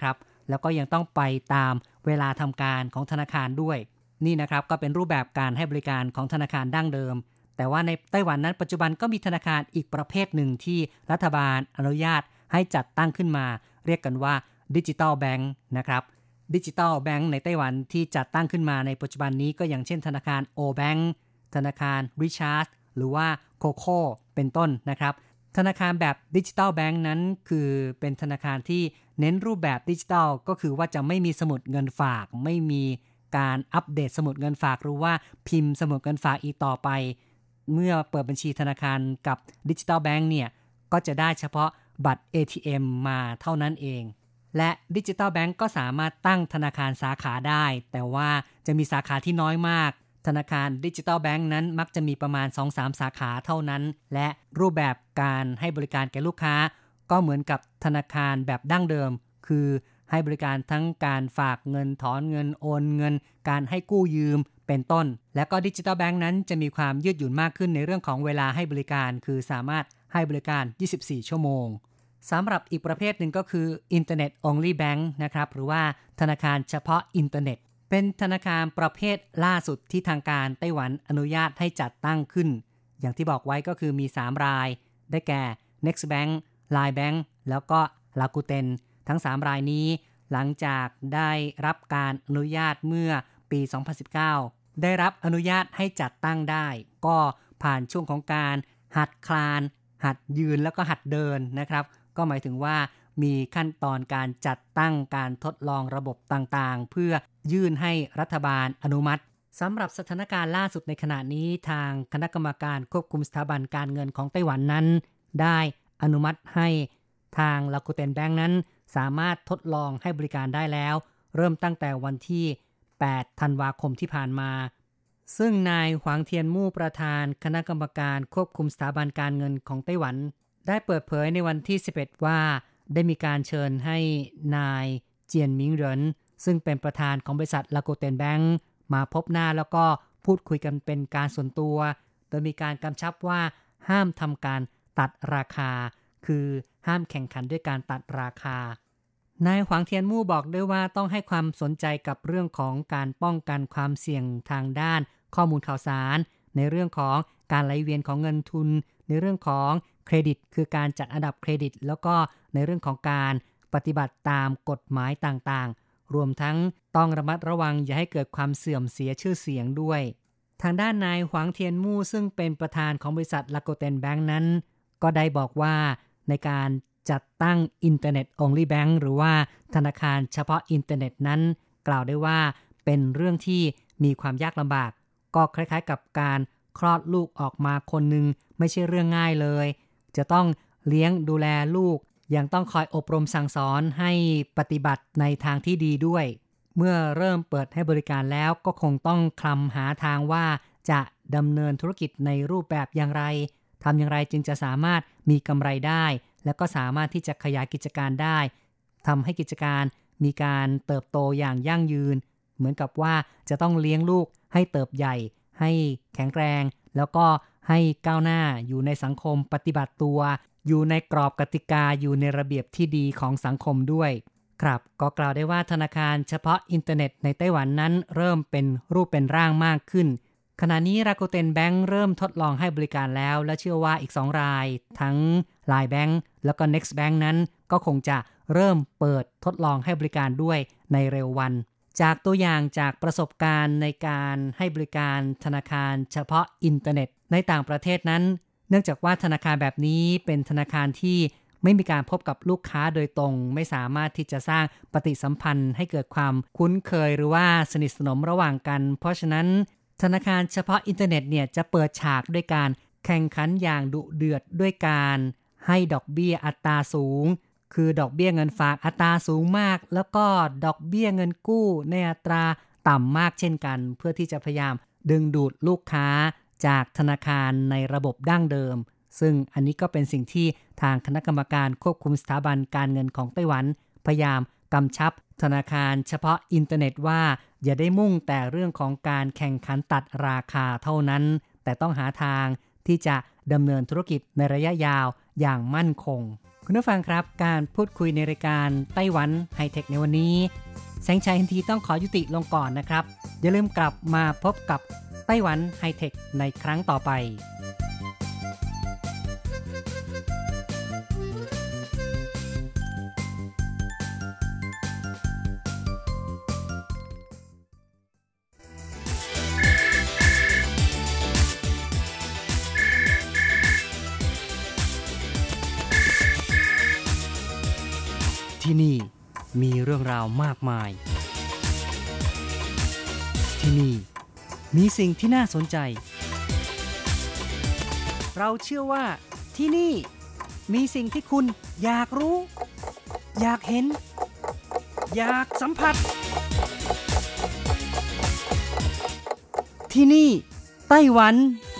แล้วก็ยังต้องไปตามเวลาทำการของธนาคารด้วยนี่นะครับก็เป็นรูปแบบการให้บริการของธนาคารดั้งเดิมแต่ว่าในไต้หวันนั้นปัจจุบันก็มีธนาคารอีกประเภทหนึ่งที่รัฐบาลอนุญาตให้จัดตั้งขึ้นมาเรียกกันว่าดิจิทัลแบงค์นะครับดิจิทัลแบงค์ในไต้หวันที่จัดตั้งขึ้นมาในปัจจุบันนี้ก็อย่างเช่นธนาคารโอแบงค์ธนาคารริชาร์ดหรือว่าโคโค่เป็นต้นนะครับธนาคารแบบดิจิทัลแบงค์นั้นคือเป็นธนาคารที่เน้นรูปแบบดิจิทัลก็คือว่าจะไม่มีสมุดเงินฝากไม่มีการอัปเดตสมุดเงินฝากหรือว่าพิมพ์สมุดเงินฝากอีกต่อไปเมื่อเปิดบัญชีธนาคารกับดิจิทัลแบงค์เนี่ยก็จะได้เฉพาะบัตร เอ ที เอ็ม มาเท่านั้นเองและดิจิทัลแบงก์ก็สามารถตั้งธนาคารสาขาได้แต่ว่าจะมีสาขาที่น้อยมากธนาคารดิจิทัลแบงก์นั้นมักจะมีประมาณ สองถึงสาม สาขาเท่านั้นและรูปแบบการให้บริการแก่ลูกค้าก็เหมือนกับธนาคารแบบดั้งเดิมคือให้บริการทั้งการฝากเงินถอนเงินโอนเงินการให้กู้ยืมเป็นต้นและก็ดิจิทัลแบงก์นั้นจะมีความยืดหยุ่นมากขึ้นในเรื่องของเวลาให้บริการคือสามารถให้บริการยี่สิบสี่ชั่วโมงสำหรับอีกประเภทหนึ่งก็คือ Internet Only Bank นะครับหรือว่าธนาคารเฉพาะอินเทอร์เน็ตเป็นธนาคารประเภทล่าสุดที่ทางการไต้หวันอนุญาตให้จัดตั้งขึ้นอย่างที่บอกไว้ก็คือมีสามรายได้แก่ Next Bank, Line Bank แล้วก็ Rakuten ทั้งสามรายนี้หลังจากได้รับการอนุญาตเมื่อปีสองพันสิบเก้าได้รับอนุญาตให้จัดตั้งได้ก็ผ่านช่วงของการหัดคลานหัดยืนแล้วก็หัดเดินนะครับก็หมายถึงว่ามีขั้นตอนการจัดตั้งการทดลองระบบต่างๆเพื่อยื่นให้รัฐบาลอนุมัติสำหรับสถานการณ์ล่าสุดในขณะนี้ทางคณะกรรมการควบคุมสถาบันการเงินของไต้หวันนั้นได้อนุมัติให้ทาง Rakuten Bank นั้นสามารถทดลองให้บริการได้แล้วเริ่มตั้งแต่วันที่แปดธันวาคมที่ผ่านมาซึ่งนายหวังเทียนมู่ประธานคณะกรรมการควบคุมสถาบันการเงินของไต้หวันได้เปิดเผยในวันที่สิบเอ็ดว่าได้มีการเชิญให้นายเจียนมิงเหรินซึ่งเป็นประธานของบริษัท Rakuten Bank มาพบหน้าแล้วก็พูดคุยกันเป็นการส่วนตัวโดยมีการกำชับว่าห้ามทำการตัดราคาคือห้ามแข่งขันด้วยการตัดราคานายหวังเทียนมู่บอกด้วยว่าต้องให้ความสนใจกับเรื่องของการป้องกันความเสี่ยงทางด้านข้อมูลข่าวสารในเรื่องของการไหลเวียนของเงินทุนในเรื่องของเครดิตคือการจัดอันดับเครดิตแล้วก็ในเรื่องของการปฏิบัติตามกฎหมายต่างๆรวมทั้งต้องระมัดระวังอย่าให้เกิดความเสื่อมเสียชื่อเสียงด้วยทางด้านนายหวังเทียนมู่ซึ่งเป็นประธานของบริษัท Rakuten Bank นั้นก็ได้บอกว่าในการจัดตั้ง Internet Only Bank หรือว่าธนาคารเฉพาะอินเทอร์เน็ตนั้นกล่าวได้ว่าเป็นเรื่องที่มีความยากลำบากก็คล้ายๆกับการคลอดลูกออกมาคนหนึ่งไม่ใช่เรื่องง่ายเลยจะต้องเลี้ยงดูแลลูกยังต้องคอยอบรมสั่งสอนให้ปฏิบัติในทางที่ดีด้วยเมื่อเริ่มเปิดให้บริการแล้วก็คงต้องคลำหาทางว่าจะดำเนินธุรกิจในรูปแบบอย่างไรทำอย่างไรจึงจะสามารถมีกำไรได้และก็สามารถที่จะขยายกิจการได้ทำให้กิจการมีการเติบโตอย่างยั่งยืนเหมือนกับว่าจะต้องเลี้ยงลูกให้เติบใหญ่ให้แข็งแรงแล้วก็ให้ก้าวหน้าอยู่ในสังคมปฏิบัติตัวอยู่ในกรอบกติกาอยู่ในระเบียบที่ดีของสังคมด้วยครับก็กล่าวได้ว่าธนาคารเฉพาะอินเทอร์เน็ตในไต้หวันนั้นเริ่มเป็นรูปเป็นร่างมากขึ้นขณะนี้ Rakuten Bank เริ่มทดลองให้บริการแล้วและเชื่อว่าอีกสองรายทั้ง Line Bank แล้วก็ Next Bank นั้นก็คงจะเริ่มเปิดทดลองให้บริการด้วยในเร็ววันจากตัวอย่างจากประสบการณ์ในการให้บริการธนาคารเฉพาะอินเทอร์เน็ตในต่างประเทศนั้นเนื่องจากว่าธนาคารแบบนี้เป็นธนาคารที่ไม่มีการพบกับลูกค้าโดยตรงไม่สามารถที่จะสร้างปฏิสัมพันธ์ให้เกิดความคุ้นเคยหรือว่าสนิทสนมระหว่างกันเพราะฉะนั้นธนาคารเฉพาะอินเทอร์เน็ตเนี่ยจะเปิดฉากด้วยการแข่งขันอย่างดุเดือดด้วยการให้ดอกเบี้ยอัตราสูงคือดอกเบี้ยเงินฝากอัตราสูงมากแล้วก็ดอกเบี้ยเงินกู้ในอัตราต่ำมากเช่นกันเพื่อที่จะพยายามดึงดูดลูกค้าจากธนาคารในระบบดั้งเดิมซึ่งอันนี้ก็เป็นสิ่งที่ทางคณะกรรมการควบคุมสถาบันการเงินของไต้หวันพยายามกำชับธนาคารเฉพาะอินเทอร์เน็ตว่าอย่าได้มุ่งแต่เรื่องของการแข่งขันตัดราคาเท่านั้นแต่ต้องหาทางที่จะดำเนินธุรกิจในระยะยาวอย่างมั่นคงคุณผู้ฟังครับการพูดคุยในรายการไต้หวันไฮเทคในวันนี้แสงชัยทันทีต้องขอยุติลงก่อนนะครับอย่าลืมกลับมาพบกับไต้หวันไฮเทคในครั้งต่อไปที่นี่มีเรื่องราวมากมายที่นี่มีสิ่งที่น่าสนใจเราเชื่อว่าที่นี่มีสิ่งที่คุณอยากรู้อยากเห็นอยากสัมผัสที่นี่ไต้หวัน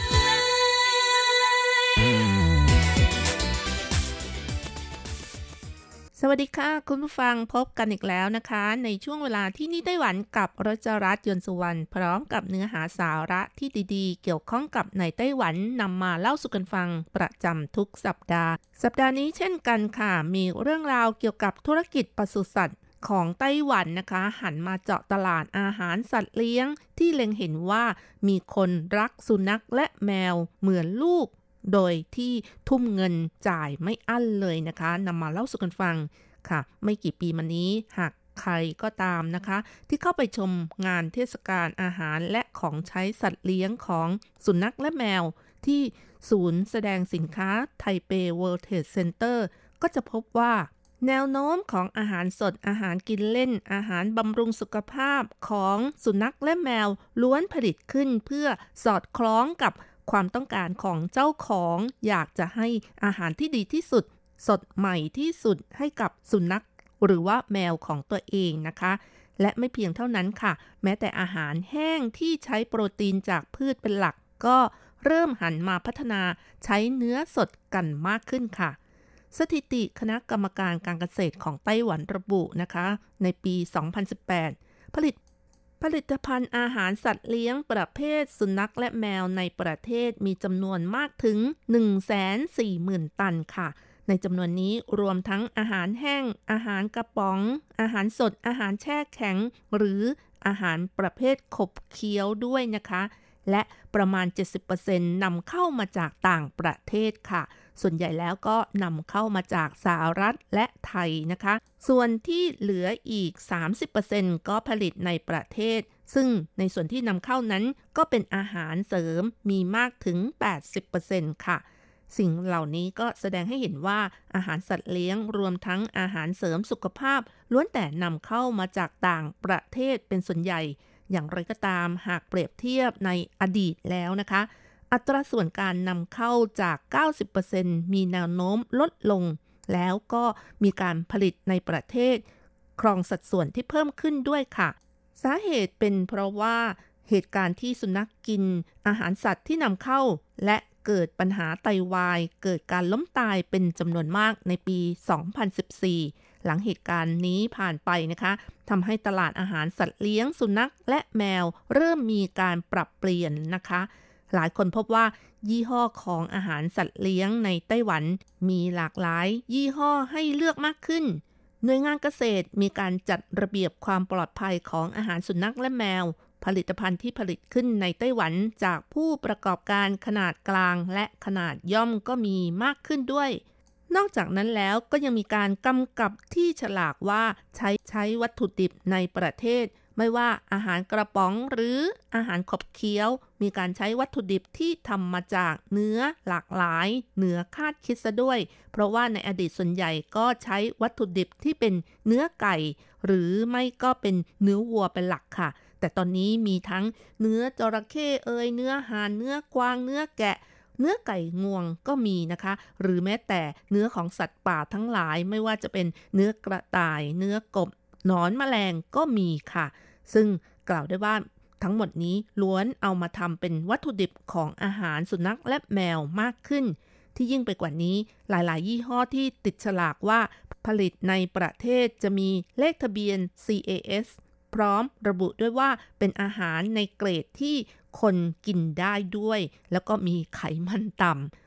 สวัสดีค่ะคุณผู้ฟังพบกันอีกแล้วนะคะในช่วงเวลาที่นี่ไต้หวันกับรัชรัตน์ยนต์สุวรรณพร้อมกับเนื้อหาสาระที่ดีๆเกี่ยวข้องกับในไต้หวันนำมาเล่าสู่กันฟังประจำทุกสัปดาห์สัปดาห์นี้เช่นกันค่ะมีเรื่องราวเกี่ยวกับธุรกิจปศุสัตว์ของไต้หวันนะคะหันมาเจาะตลาดอาหารสัตว์เลี้ยงที่เล็งเห็นว่ามีคนรักสุนัขและแมวเหมือนลูกโดยที่ทุ่มเงินจ่ายไม่อั้นเลยนะคะนำมาเล่าสู่กันฟังค่ะไม่กี่ปีมานี้หากใครก็ตามนะคะที่เข้าไปชมงานเทศกาลอาหารและของใช้สัตว์เลี้ยงของสุนัขและแมวที่ศูนย์แสดงสินค้าไทเปเวิลด์เทรดเซ็นเตอร์ก็จะพบว่าแนวโน้มของอาหารสดอาหารกินเล่นอาหารบำรุงสุขภาพของสุนัขและแมวล้วนผลิตขึ้นเพื่อสอดคล้องกับความต้องการของเจ้าของอยากจะให้อาหารที่ดีที่สุดสดใหม่ที่สุดให้กับสุนัขหรือว่าแมวของตัวเองนะคะและไม่เพียงเท่านั้นค่ะแม้แต่อาหารแห้งที่ใช้โปรตีนจากพืชเป็นหลักก็เริ่มหันมาพัฒนาใช้เนื้อสดกันมากขึ้นค่ะสถิติคณะกรรมการการเกษตรของไต้หวันระบุนะคะในปี สองพันสิบแปด ผลิตผลิตภัณฑ์อาหารสัตว์เลี้ยงประเภทสุนัขและแมวในประเทศมีจำนวนมากถึง หนึ่งแสนสี่หมื่น ตันค่ะในจำนวนนี้รวมทั้งอาหารแห้งอาหารกระป๋องอาหารสดอาหารแช่แข็งหรืออาหารประเภทขบเคี้ยวด้วยนะคะและประมาณ เจ็ดสิบเปอร์เซ็นต์ นำเข้ามาจากต่างประเทศค่ะส่วนใหญ่แล้วก็นำเข้ามาจากสหรัฐและไทยนะคะส่วนที่เหลืออีก สามสิบเปอร์เซ็นต์ ก็ผลิตในประเทศซึ่งในส่วนที่นำเข้านั้นก็เป็นอาหารเสริมมีมากถึง แปดสิบเปอร์เซ็นต์ ค่ะสิ่งเหล่านี้ก็แสดงให้เห็นว่าอาหารสัตว์เลี้ยงรวมทั้งอาหารเสริมสุขภาพล้วนแต่นำเข้ามาจากต่างประเทศเป็นส่วนใหญ่อย่างไรก็ตามหากเปรียบเทียบในอดีตแล้วนะคะอัตราส่วนการนำเข้าจาก เก้าสิบเปอร์เซ็นต์ มีแนวโน้มลดลงแล้วก็มีการผลิตในประเทศครองสัดส่วนที่เพิ่มขึ้นด้วยค่ะสาเหตุเป็นเพราะว่าเหตุการณ์ที่สุนัขกินอาหารสัตว์ที่นำเข้าและเกิดปัญหาไตวายเกิดการล้มตายเป็นจำนวนมากในปี สองพันสิบสี่ หลังเหตุการณ์นี้ผ่านไปนะคะทำให้ตลาดอาหารสัตว์เลี้ยงสุนัขและแมวเริ่มมีการปรับเปลี่ยนนะคะหลายคนพบว่ายี่ห้อของอาหารสัตว์เลี้ยงในไต้หวันมีหลากหลายยี่ห้อให้เลือกมากขึ้นหน่วยงานเกษตรมีการจัดระเบียบความปลอดภัยของอาหารสุนัขและแมวผลิตภัณฑ์ที่ผลิตขึ้นในไต้หวันจากผู้ประกอบการขนาดกลางและขนาดย่อมก็มีมากขึ้นด้วยนอกจากนั้นแล้วก็ยังมีการกำกับที่ฉลากว่าใช้ใช้วัตถุดิบในประเทศไม่ว่าอาหารกระป๋องหรืออาหารขบเคี้ยวมีการใช้วัตถุดิบที่ทำมาจากเนื้อหลากหลายเหนือคาดคิดซะด้วยเพราะว่าในอดีตส่วนใหญ่ก็ใช้วัตถุดิบที่เป็นเนื้อไก่หรือไม่ก็เป็นเนื้อวัวเป็นหลักค่ะแต่ตอนนี้มีทั้งเนื้อจระเข้เอยเนื้อห่านเนื้อกวางเนื้อแกะเนื้อไก่งวงก็มีนะคะหรือแม้แต่เนื้อของสัตว์ป่าทั้งหลายไม่ว่าจะเป็นเนื้อกระต่ายเนื้อกบหนอนแมลงก็มีค่ะซึ่งกล่าวได้ว่าทั้งหมดนี้ล้วนเอามาทำเป็นวัตถุดิบของอาหารสุนัขและแมวมากขึ้นที่ยิ่งไปกว่านี้หลายๆยี่ห้อที่ติดฉลากว่าผลิตในประเทศจะมีเลขทะเบียน ซี เอ เอส พร้อมระบุด้วยว่าเป็นอาหารในเกรดที่คนกินได้ด้วยแล้วก็มีไขมันต่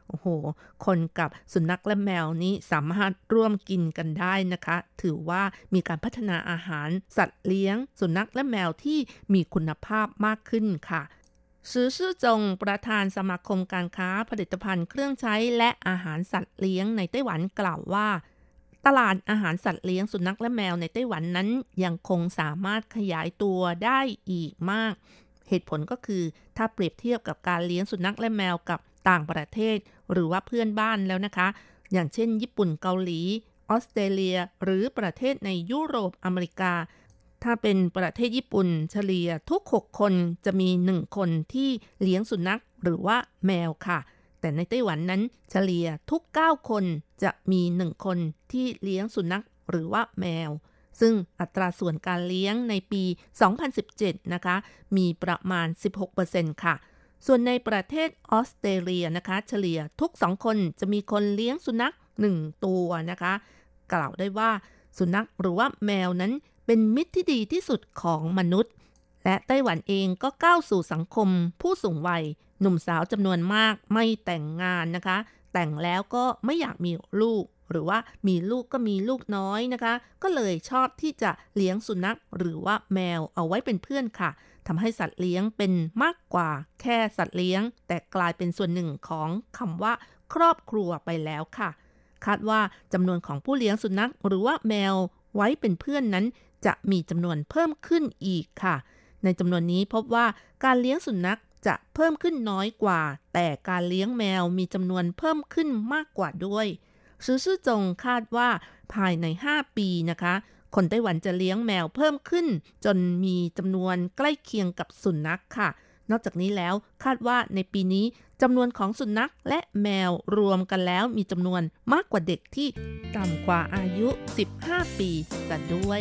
โอ้โหคนกับสุนัขและแมวนี้สามารถร่วมกินกันได้นะคะถือว่ามีการพัฒนาอาหารสัตว์เลี้ยงสุนัขและแมวที่มีคุณภาพมากขึ้นค่ะซือซื่อจงประธานสมาคมการค้าผลิตภัณฑ์เครื่องใช้และอาหารสัตว์เลี้ยงในไต้หวันกล่าวว่าตลาดอาหารสัตว์เลี้ยงสุนัขและแมวในไต้หวันนั้นยังคงสามารถขยายตัวได้อีกมากเหตุผลก็คือถ้าเปรียบเทียบกับการเลี้ยงสุนัขและแมวกับต่างประเทศหรือว่าเพื่อนบ้านแล้วนะคะอย่างเช่นญี่ปุ่นเกาหลีออสเตรเลียหรือประเทศในยุโรปอเมริกาถ้าเป็นประเทศญี่ปุ่นเฉลี่ยทุกหกคนจะมีหนึ่งคนที่เลี้ยงสุนัขหรือว่าแมวค่ะแต่ในไต้หวันนั้นเฉลี่ยทุกเก้าคนจะมีหนึ่งคนที่เลี้ยงสุนัขหรือว่าแมวซึ่งอัตราส่วนการเลี้ยงในปีสองพันสิบเจ็ดนะคะมีประมาณ สิบหกเปอร์เซ็นต์ ค่ะส่วนในประเทศออสเตรเลียนะคะเฉลี่ยทุกสองคนจะมีคนเลี้ยงสุนัขหนึ่งตัวนะคะกล่าวได้ว่าสุนัขหรือว่าแมวนั้นเป็นมิตรที่ดีที่สุดของมนุษย์และไต้หวันเองก็ก้าวสู่สังคมผู้สูงวัยหนุ่มสาวจำนวนมากไม่แต่งงานนะคะแต่งแล้วก็ไม่อยากมีลูกหรือว่ามีลูกก็มีลูกน้อยนะคะก็เลยชอบที่จะเลี้ยงสุนัขหรือว่าแมวเอาไว้เป็นเพื่อนค่ะทำให้สัตว์เลี้ยงเป็นมากกว่าแค่สัตว์เลี้ยงแต่กลายเป็นส่วนหนึ่งของคำว่าครอบครัวไปแล้วค่ะคาดว่าจำนวนของผู้เลี้ยงสุนัขหรือว่าแมวไว้เป็นเพื่อนนั้นจะมีจำนวนเพิ่มขึ้นอีกค่ะในจำนวนนี้พบว่าการเลี้ยงสุนัขจะเพิ่มขึ้นน้อยกว่าแต่การเลี้ยงแมวมีจำนวนเพิ่มขึ้นมากกว่าด้วยซือซื่อจงคาดว่าภายในห้าปีนะคะคนไต้หวันจะเลี้ยงแมวเพิ่มขึ้นจนมีจำนวนใกล้เคียงกับสุนัขค่ะนอกจากนี้แล้วคาดว่าในปีนี้จำนวนของสุนัขและแมวรวมกันแล้วมีจำนวนมากกว่าเด็กที่ต่ำกว่าอายุสิบห้าปีซะด้วย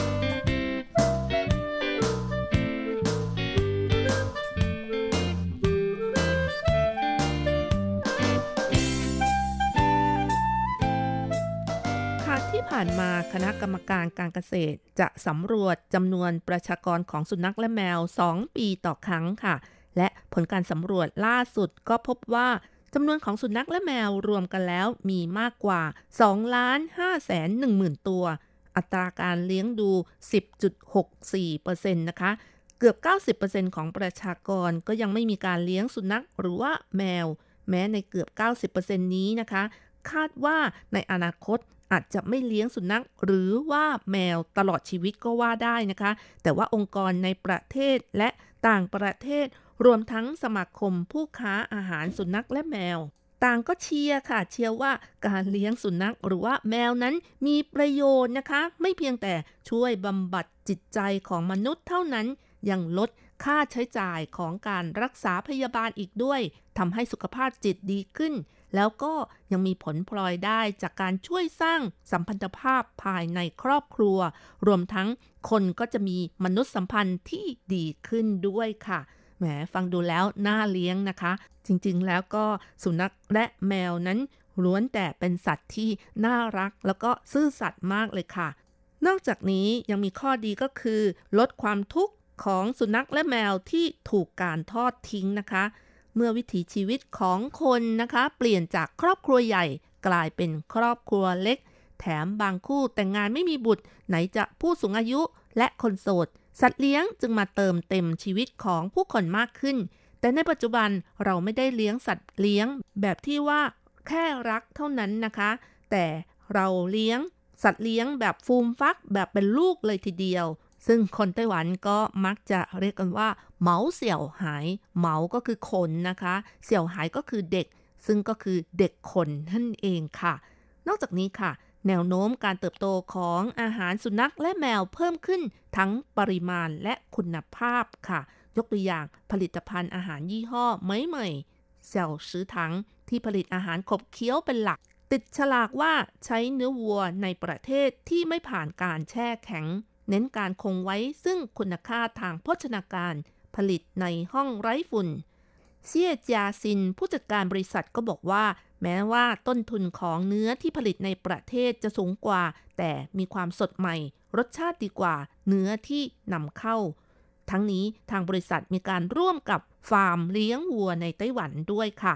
ที่ผ่านมาคณะกรรมการการเกษตรจะสำรวจจำนวนประชากรของสุนัขและแมวสองปีต่อครั้งค่ะและผลการสำรวจล่าสุดก็พบว่าจำนวนของสุนัขและแมวรวมกันแล้วมีมากกว่า สองล้านห้าแสนหนึ่งหมื่น ตัวอัตราการเลี้ยงดู สิบจุดหกสี่เปอร์เซ็นต์ นะคะเกือบ เก้าสิบเปอร์เซ็นต์ ของประชากรก็ยังไม่มีการเลี้ยงสุนัขหรือว่าแมวแม้ในเกือบ เก้าสิบเปอร์เซ็นต์ นี้นะคะคาดว่าในอนาคตอาจจะไม่เลี้ยงสุนัขหรือว่าแมวตลอดชีวิตก็ว่าได้นะคะแต่ว่าองค์กรในประเทศและต่างประเทศรวมทั้งสมาคมผู้ค้าอาหารสุนัขและแมวต่างก็เชียร์ค่ะเชียร์ว่าการเลี้ยงสุนัขหรือว่าแมวนั้นมีประโยชน์นะคะไม่เพียงแต่ช่วยบำบัดจิตใจของมนุษย์เท่านั้นยังลดค่าใช้จ่ายของการรักษาพยาบาลอีกด้วยทำให้สุขภาพจิตดีขึ้นแล้วก็ยังมีผลพลอยได้จากการช่วยสร้างสัมพันธภาพภายในครอบครัวรวมทั้งคนก็จะมีมนุษยสัมพันธ์ที่ดีขึ้นด้วยค่ะแหมฟังดูแล้วน่าเลี้ยงนะคะจริงๆแล้วก็สุนัขและแมวนั้นล้วนแต่เป็นสัตว์ที่น่ารักแล้วก็ซื่อสัตย์มากเลยค่ะนอกจากนี้ยังมีข้อดีก็คือลดความทุกข์ของสุนัขและแมวที่ถูกการทอดทิ้งนะคะเมื่อวิถีชีวิตของคนนะคะเปลี่ยนจากครอบครัวใหญ่กลายเป็นครอบครัวเล็กแถมบางคู่แต่งงานไม่มีบุตรไหนจะผู้สูงอายุและคนโสดสัตว์เลี้ยงจึงมาเติมเต็มชีวิตของผู้คนมากขึ้นแต่ในปัจจุบันเราไม่ได้เลี้ยงสัตว์เลี้ยงแบบที่ว่าแค่รักเท่านั้นนะคะแต่เราเลี้ยงสัตว์เลี้ยงแบบฟูมฟักแบบเป็นลูกเลยทีเดียวซึ่งคนไต้หวันก็มักจะเรียกกันว่าเหมาเสี่ยวหายเหมาก็คือคนนะคะเสี่ยวหายก็คือเด็กซึ่งก็คือเด็กคนนั่นเองค่ะนอกจากนี้ค่ะแนวโน้มการเติบโตของอาหารสุนัขและแมวเพิ่มขึ้นทั้งปริมาณและคุณภาพค่ะยกตัวอย่างผลิตภัณฑ์อาหารยี่ห้อเหมยเหมยเสี่ยวซื้อถังที่ผลิตอาหารขบเคี้ยวเป็นหลักติดฉลากว่าใช้เนื้อวัวในประเทศที่ไม่ผ่านการแช่แข็งเน้นการคงไว้ซึ่งคุณค่าทางโภชนาการผลิตในห้องไร้ฝุ่นเซี่ยจาซินผู้จัดการบริษัทก็บอกว่าแม้ว่าต้นทุนของเนื้อที่ผลิตในประเทศจะสูงกว่าแต่มีความสดใหม่รสชาติดีกว่าเนื้อที่นำเข้าทั้งนี้ทางบริษัทมีการร่วมกับฟาร์มเลี้ยงวัวในไต้หวันด้วยค่ะ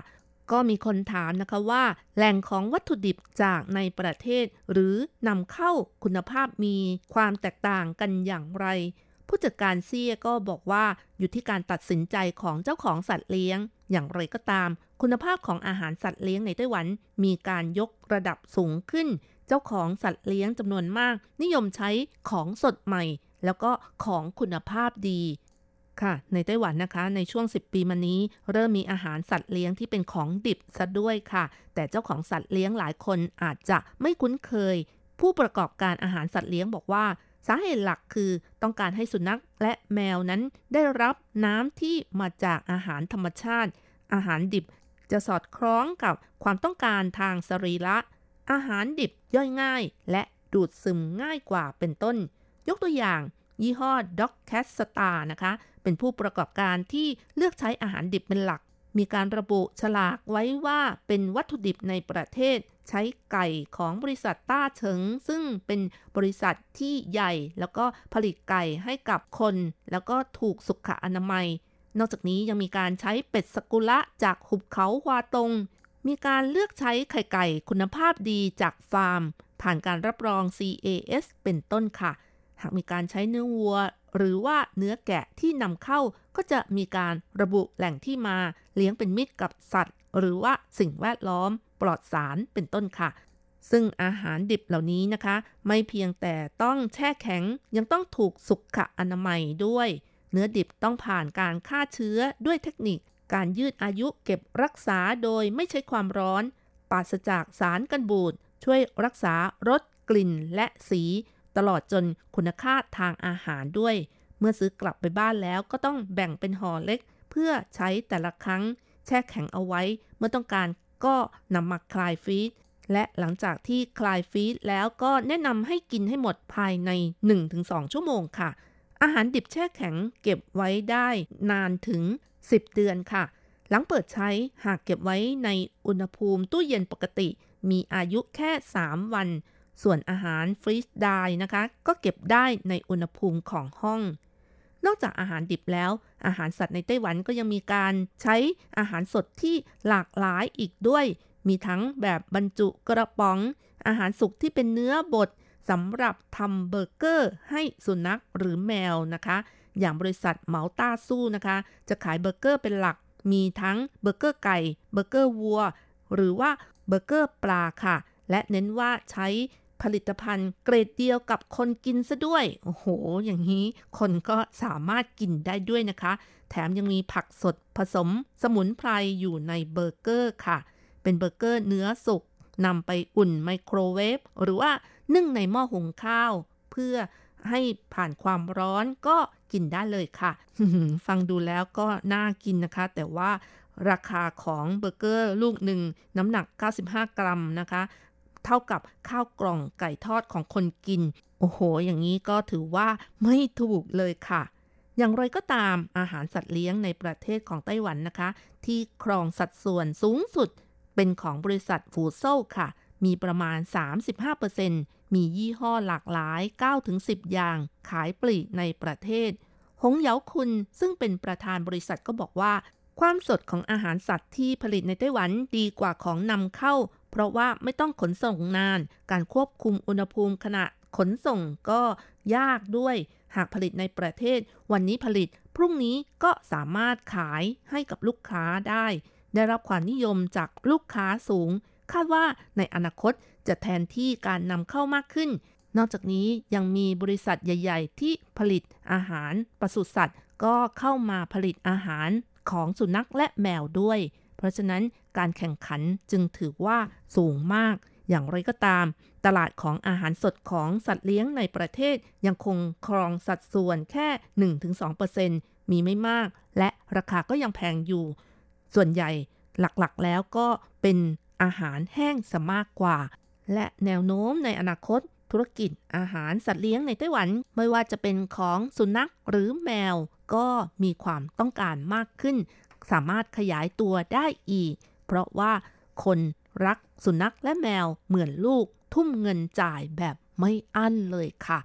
ก็มีคนถามนะคะว่าแหล่งของวัตถุดิบจากในประเทศหรือนำเข้าคุณภาพมีความแตกต่างกันอย่างไรผู้จัดการเซี่ยก็บอกว่าอยู่ที่การตัดสินใจของเจ้าของสัตว์เลี้ยงอย่างไรก็ตามคุณภาพของอาหารสัตว์เลี้ยงในไต้หวันมีการยกระดับสูงขึ้นเจ้าของสัตว์เลี้ยงจำนวนมากนิยมใช้ของสดใหม่แล้วก็ของคุณภาพดีค่ะในไต้หวันนะคะในช่วงสิบปีมานี้เริ่มมีอาหารสัตว์เลี้ยงที่เป็นของดิบซะด้วยค่ะแต่เจ้าของสัตว์เลี้ยงหลายคนอาจจะไม่คุ้นเคยผู้ประกอบการอาหารสัตว์เลี้ยงบอกว่าสาเหตุหลักคือต้องการให้สุนัขและแมวนั้นได้รับน้ำที่มาจากอาหารธรรมชาติอาหารดิบจะสอดคล้องกับความต้องการทางสรีระอาหารดิบย่อยง่ายและดูดซึมง่ายกว่าเป็นต้นยกตัวอย่างยี่ห้อ Dog Cat Star นะคะเป็นผู้ประกอบการที่เลือกใช้อาหารดิบเป็นหลักมีการระบุฉลากไว้ว่าเป็นวัตถุดิบในประเทศใช้ไก่ของบริษัทต้าเฉิงซึ่งเป็นบริษัทที่ใหญ่แล้วก็ผลิตไก่ให้กับคนแล้วก็ถูกสุขอนามัยนอกจากนี้ยังมีการใช้เป็ดสกุระจากหุบเขาฮวาตงมีการเลือกใช้ไข่ไก่คุณภาพดีจากฟาร์มผ่านการรับรอง ซี เอ เอส เป็นต้นค่ะหากมีการใช้เนื้อวัวหรือว่าเนื้อแกะที่นำเข้าก็จะมีการระบุแหล่งที่มาเลี้ยงเป็นมิตรกับสัตว์หรือว่าสิ่งแวดล้อมปลอดสารเป็นต้นค่ะซึ่งอาหารดิบเหล่านี้นะคะไม่เพียงแต่ต้องแช่แข็งยังต้องถูกสุขอนามัยด้วยเนื้อดิบต้องผ่านการฆ่าเชื้อด้วยเทคนิคการยืดอายุเก็บรักษาโดยไม่ใช้ความร้อนปราศจากสารกันบูดช่วยรักษารสกลิ่นและสีตลอดจนคุณค่าทางอาหารด้วยเมื่อซื้อกลับไปบ้านแล้วก็ต้องแบ่งเป็นห่อเล็กเพื่อใช้แต่ละครั้งแช่แข็งเอาไว้เมื่อต้องการก็นำมาคลายฟรีซและหลังจากที่คลายฟรีซแล้วก็แนะนำให้กินให้หมดภายใน หนึ่งถึงสอง ชั่วโมงค่ะอาหารดิบแช่แข็งเก็บไว้ได้นานถึงสิบเดือนค่ะหลังเปิดใช้หากเก็บไว้ในอุณหภูมิตู้เย็นปกติมีอายุแค่สามวันส่วนอาหารฟรีซไดร์นะคะก็เก็บได้ในอุณหภูมิของห้องนอกจากอาหารดิบแล้วอาหารสัตว์ในไต้หวันก็ยังมีการใช้อาหารสดที่หลากหลายอีกด้วยมีทั้งแบบบรรจุกระป๋องอาหารสุกที่เป็นเนื้อบดสำหรับทำเบอร์เกอร์ให้สุนัขหรือแมวนะคะอย่างบริษัทเหมาต้าสู้นะคะจะขายเบอร์เกอร์เป็นหลักมีทั้งเบอร์เกอร์ไก่เบอร์เกอร์วัวหรือว่าเบอร์เกอร์ปลาค่ะและเน้นว่าใช้ผลิตภัณฑ์เกรดเดียวกับคนกินซะด้วยโอ้โหอย่างนี้คนก็สามารถกินได้ด้วยนะคะแถมยังมีผักสดผสมสมุนไพรอยู่ในเบอร์เกอร์ค่ะเป็นเบอร์เกอร์เนื้อสุกนำไปอุ่นไมโครเวฟหรือว่านึ่งในหม้อหุงข้าวเพื่อให้ผ่านความร้อนก็กินได้เลยค่ะ ฟังดูแล้วก็น่ากินนะคะแต่ว่าราคาของเบอร์เกอร์ลูกหนึ่งน้ำหนักเก้าสิบห้ากรัมนะคะเท่ากับข้าวกล่องไก่ทอดของคนกินโอ้โหอย่างนี้ก็ถือว่าไม่ถูกเลยค่ะอย่างไรก็ตามอาหารสัตว์เลี้ยงในประเทศของไต้หวันนะคะที่ครองสัดส่วนสูงสุดเป็นของบริษัทฟูโซ่ค่ะมีประมาณ สามสิบห้าเปอร์เซ็นต์ มียี่ห้อหลากหลาย เก้าถึงสิบ อย่างขายปลีกในประเทศหงเหยาคุณซึ่งเป็นประธานบริษัทก็บอกว่าความสดของอาหารสัตว์ที่ผลิตในไต้หวันดีกว่าของนำเข้าเพราะว่าไม่ต้องขนส่งนานการควบคุมอุณหภูมิขณะขนส่งก็ยากด้วยหากผลิตในประเทศวันนี้ผลิตพรุ่งนี้ก็สามารถขายให้กับลูกค้าได้ได้รับความนิยมจากลูกค้าสูงคาดว่าในอนาคตจะแทนที่การนำเข้ามากขึ้นนอกจากนี้ยังมีบริษัทใหญ่ๆที่ผลิตอาหารปศุสัตว์ก็เข้ามาผลิตอาหารของสุนัขและแมวด้วยเพราะฉะนั้นการแข่งขันจึงถือว่าสูงมากอย่างไรก็ตามตลาดของอาหารสดของสัตว์เลี้ยงในประเทศยังคงครองสัดส่วนแค่ หนึ่งถึงสองเปอร์เซ็นต์ มีไม่มากและราคาก็ยังแพงอยู่ส่วนใหญ่หลักๆแล้วก็เป็นอาหารแห้งซะมากกว่าและแนวโน้มในอนาคตธุรกิจอาหารสัตว์เลี้ยงในไต้หวันไม่ว่าจะเป็นของสุนัขหรือแมวก็มีความต้องการมากขึ้นสามารถขยายตัวได้อีกเพราะว่าคนรักสุนัขและแมวเหมือนลูกทุ่มเงินจ่ายแบบไม่อั้นเลยค่ะ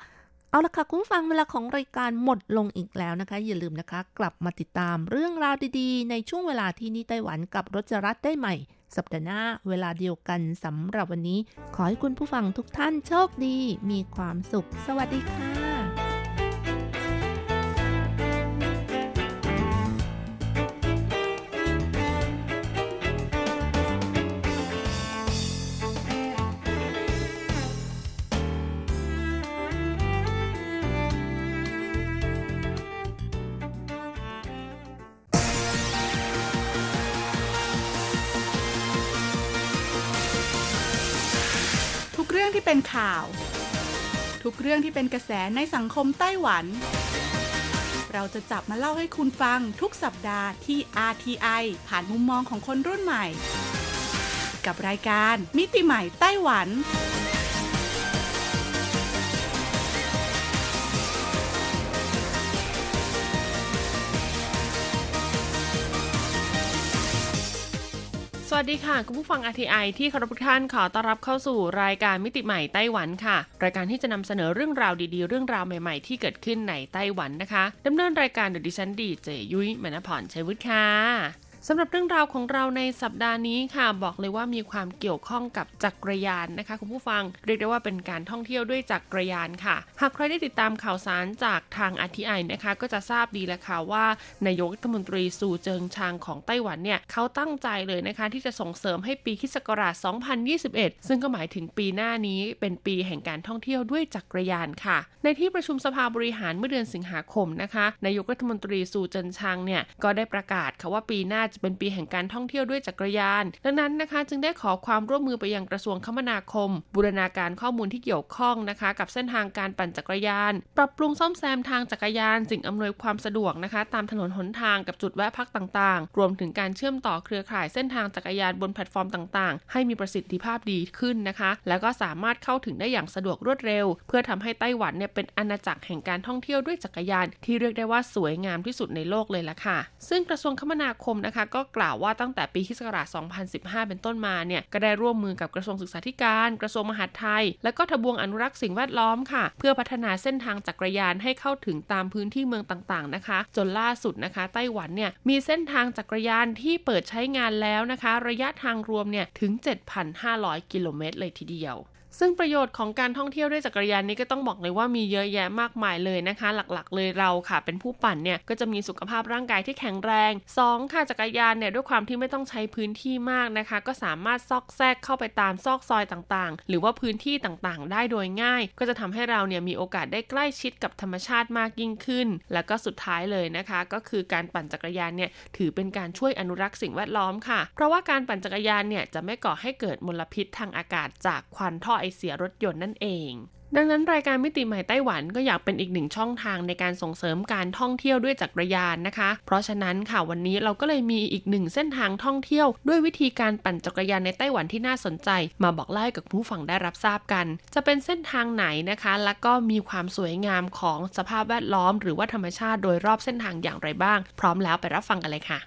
เอาละค่ะคุณผู้ฟังเวลาของรายการหมดลงอีกแล้วนะคะอย่าลืมนะคะกลับมาติดตามเรื่องราวดีๆในช่วงเวลาที่นี่ไต้หวันกับรจรัสได้ใหม่สัปดาห์หน้าเวลาเดียวกันสำหรับวันนี้ขอให้คุณผู้ฟังทุกท่านโชคดีมีความสุขสวัสดีค่ะ
ทุกเรื่องที่เป็นข่าวทุกเรื่องที่เป็นกระแสในสังคมไต้หวันเราจะจับมาเล่าให้คุณฟังทุกสัปดาห์ที่ อาร์ ที ไอ ผ่านมุมมองของคนรุ่นใหม่กับรายการมิติใหม่ไต้หวัน
สวัสดีค่ะคุณผู้ฟัง อาร์ ที ไอ ที่เคารพทุกท่านขอต้อนรับเข้าสู่รายการมิติใหม่ไต้หวันค่ะรายการที่จะนำเสนอเรื่องราวดีๆเรื่องราวใหม่ๆที่เกิดขึ้นในไต้หวันนะคะดำเนินรายการโดยดิฉันดีเจยุ้ยมณพรชัยวุฒิค่ะสำหรับเรื่องราวของเราในสัปดาห์นี้ค่ะบอกเลยว่ามีความเกี่ยวข้องกับจักรยานนะคะคุณผู้ฟังเรียกได้ว่าเป็นการท่องเที่ยวด้วยจักรยานค่ะหากใครได้ติดตามข่าวสารจากทาง อาร์ ที ไอ นะคะก็จะทราบดีแล้วค่ะว่านายกรัฐมนตรีซูเจิงชางของไต้หวันเนี่ยเขาตั้งใจเลยนะคะที่จะส่งเสริมให้ปีคริสต์ศักราชสองพันยี่สิบเอ็ดซึ่งก็หมายถึงปีหน้านี้เป็นปีแห่งการท่องเที่ยวด้วยจักรยานค่ะในที่ประชุมสภาบริหารเมื่อเดือนสิงหาคมนะคะนายกรัฐมนตรีซูเจิงชางเนี่ยก็ได้ประกาศค่ะว่าปีหน้าจะเป็นปีแห่งการท่องเที่ยวด้วยจักรยานดังนั้นนะคะจึงได้ขอความร่วมมือไปยังกระทรวงคมนาคมบูรณาการข้อมูลที่เกี่ยวข้องนะคะกับเส้นทางการปั่นจักรยานปรับปรุงซ่อมแซมทางจักรยานสิ่งอำนวยความสะดวกนะคะตามถนนหนทางกับจุดแวะพักต่างๆรวมถึงการเชื่อมต่อเครือข่ายเส้นทางจักรยานบนแพลตฟอร์มต่างๆให้มีประสิทธิภาพดีขึ้นนะคะแล้วก็สามารถเข้าถึงได้อย่างสะดวกรวดเร็วเพื่อทำให้ไต้หวันเนี่ยเป็นอาณาจักรแห่งการท่องเที่ยวด้วยจักรยานที่เรียกได้ว่าสวยงามที่สุดในโลกเลยล่ะค่ะซึ่งกระทรวงคมนาคมนะคะก็กล่าวว่าตั้งแต่ปีคริสต์ศักราชสองพันสิบห้าเป็นต้นมาเนี่ยก็ได้ร่วมมือกับกระทรวงศึกษาธิการกระทรวงมหาดไทยและก็ทบวงอนุรักษ์สิ่งแวดล้อมค่ะเพื่อพัฒนาเส้นทางจักรยานให้เข้าถึงตามพื้นที่เมืองต่างๆนะคะจนล่าสุดนะคะไต้หวันเนี่ยมีเส้นทางจักรยานที่เปิดใช้งานแล้วนะคะระยะทางรวมเนี่ยถึง เจ็ดพันห้าร้อย กิโลเมตรเลยทีเดียวซึ่งประโยชน์ของการท่องเที่ยวด้วยจักรยานนี้ก็ต้องบอกเลยว่ามีเยอะแยะมากมายเลยนะคะหลักๆเลยเราค่ะเป็นผู้ปั่นเนี่ยก็จะมีสุขภาพร่างกายที่แข็งแรงสองค่ะจักรยานเนี่ยด้วยความที่ไม่ต้องใช้พื้นที่มากนะคะก็สามารถซอกแซกเข้าไปตามซอกซอยต่างๆหรือว่าพื้นที่ต่างๆได้โดยง่ายก็จะทำให้เราเนี่ยมีโอกาสได้ใกล้ชิดกับธรรมชาติมากยิ่งขึ้นแล้วก็สุดท้ายเลยนะคะก็คือการปั่นจักรยานเนี่ยถือเป็นการช่วยอนุรักษ์สิ่งแวดล้อมค่ะเพราะว่าการปั่นจักรยานเนี่ยจะไม่ก่อให้เกิดมลพิษทางอากาศจากควันท่อไอเสียรถยนต์นั่นเองดังนั้นรายการมิติใหม่ไต้หวันก็อยากเป็นอีกหนึ่งช่องทางในการส่งเสริมการท่องเที่ยวด้วยจักรยานนะคะเพราะฉะนั้นค่ะวันนี้เราก็เลยมีอีกหนึ่งเส้นทางท่องเที่ยวด้วยวิธีการปั่นจักรยานในไต้หวันที่น่าสนใจมาบอกเล่าให้กับผู้ฟังได้รับทราบกันจะเป็นเส้นทางไหนนะคะและก็มีความสวยงามของสภาพแวดล้อมหรือว่าธรรมชาติโดยรอบเส้นทางอย่างไรบ้างพร้อมแล้วไปรับฟังกันเลยค่ะ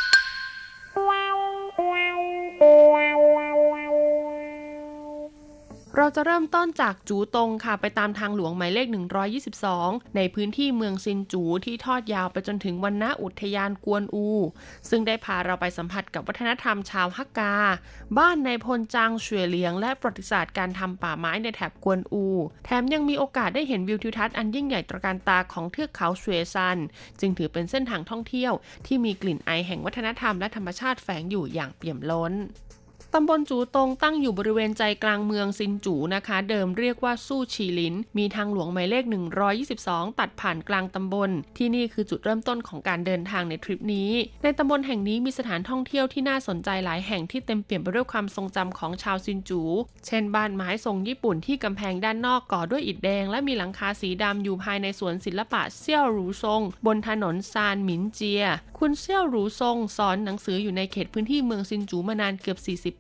เราจะเริ่มต้นจากจูตงค่ะไปตามทางหลวงหมายเลขหนึ่งร้อยยี่สิบสองในพื้นที่เมืองซินจูที่ทอดยาวไปจนถึงวรรณอุทยานกวนอูซึ่งได้พาเราไปสัมผัสกับวัฒนธรรมชาวฮักกาบ้านในพลจางเฉวยเลียงและประวัติศาสตร์การทำป่าไม้ในแถบกวนอูแถมยังมีโอกาสได้เห็นวิวทิวทัศน์อันยิ่งใหญ่ตระการตาของเทือกเขาเฉวยซันจึงถือเป็นเส้นทางท่องเที่ยวที่มีกลิ่นไอแห่งวัฒนธรรมและธรรมชาติแฝงอยู่อย่างเปี่ยมล้นตำบลจูตงตั้งอยู่บริเวณใจกลางเมืองซินจูนะคะเดิมเรียกว่าสู้ชีลินมีทางหลวงหมายเลขหนึ่งร้อยยี่สิบสองตัดผ่านกลางตำบลที่นี่คือจุดเริ่มต้นของการเดินทางในทริปนี้ในตำบลแห่งนี้มีสถานท่องเที่ยวที่น่าสนใจหลายแห่งที่เต็มเปี่ยมไปด้วยความทรงจำของชาวซินจูเช่นบ้านไม้ทรงญี่ปุ่นที่กำแพงด้านนอกก่อด้วยอิฐแดงและมีหลังคาสีดำอยู่ภายในสวนศิลปะเซี่ยวหรูซงบนถนนซานหมินเจียคุณเซี่ยวหรูซงสอนหนังสืออยู่ในเขตพื้นที่เมืองซินจูมานานเกือบสี่สิบ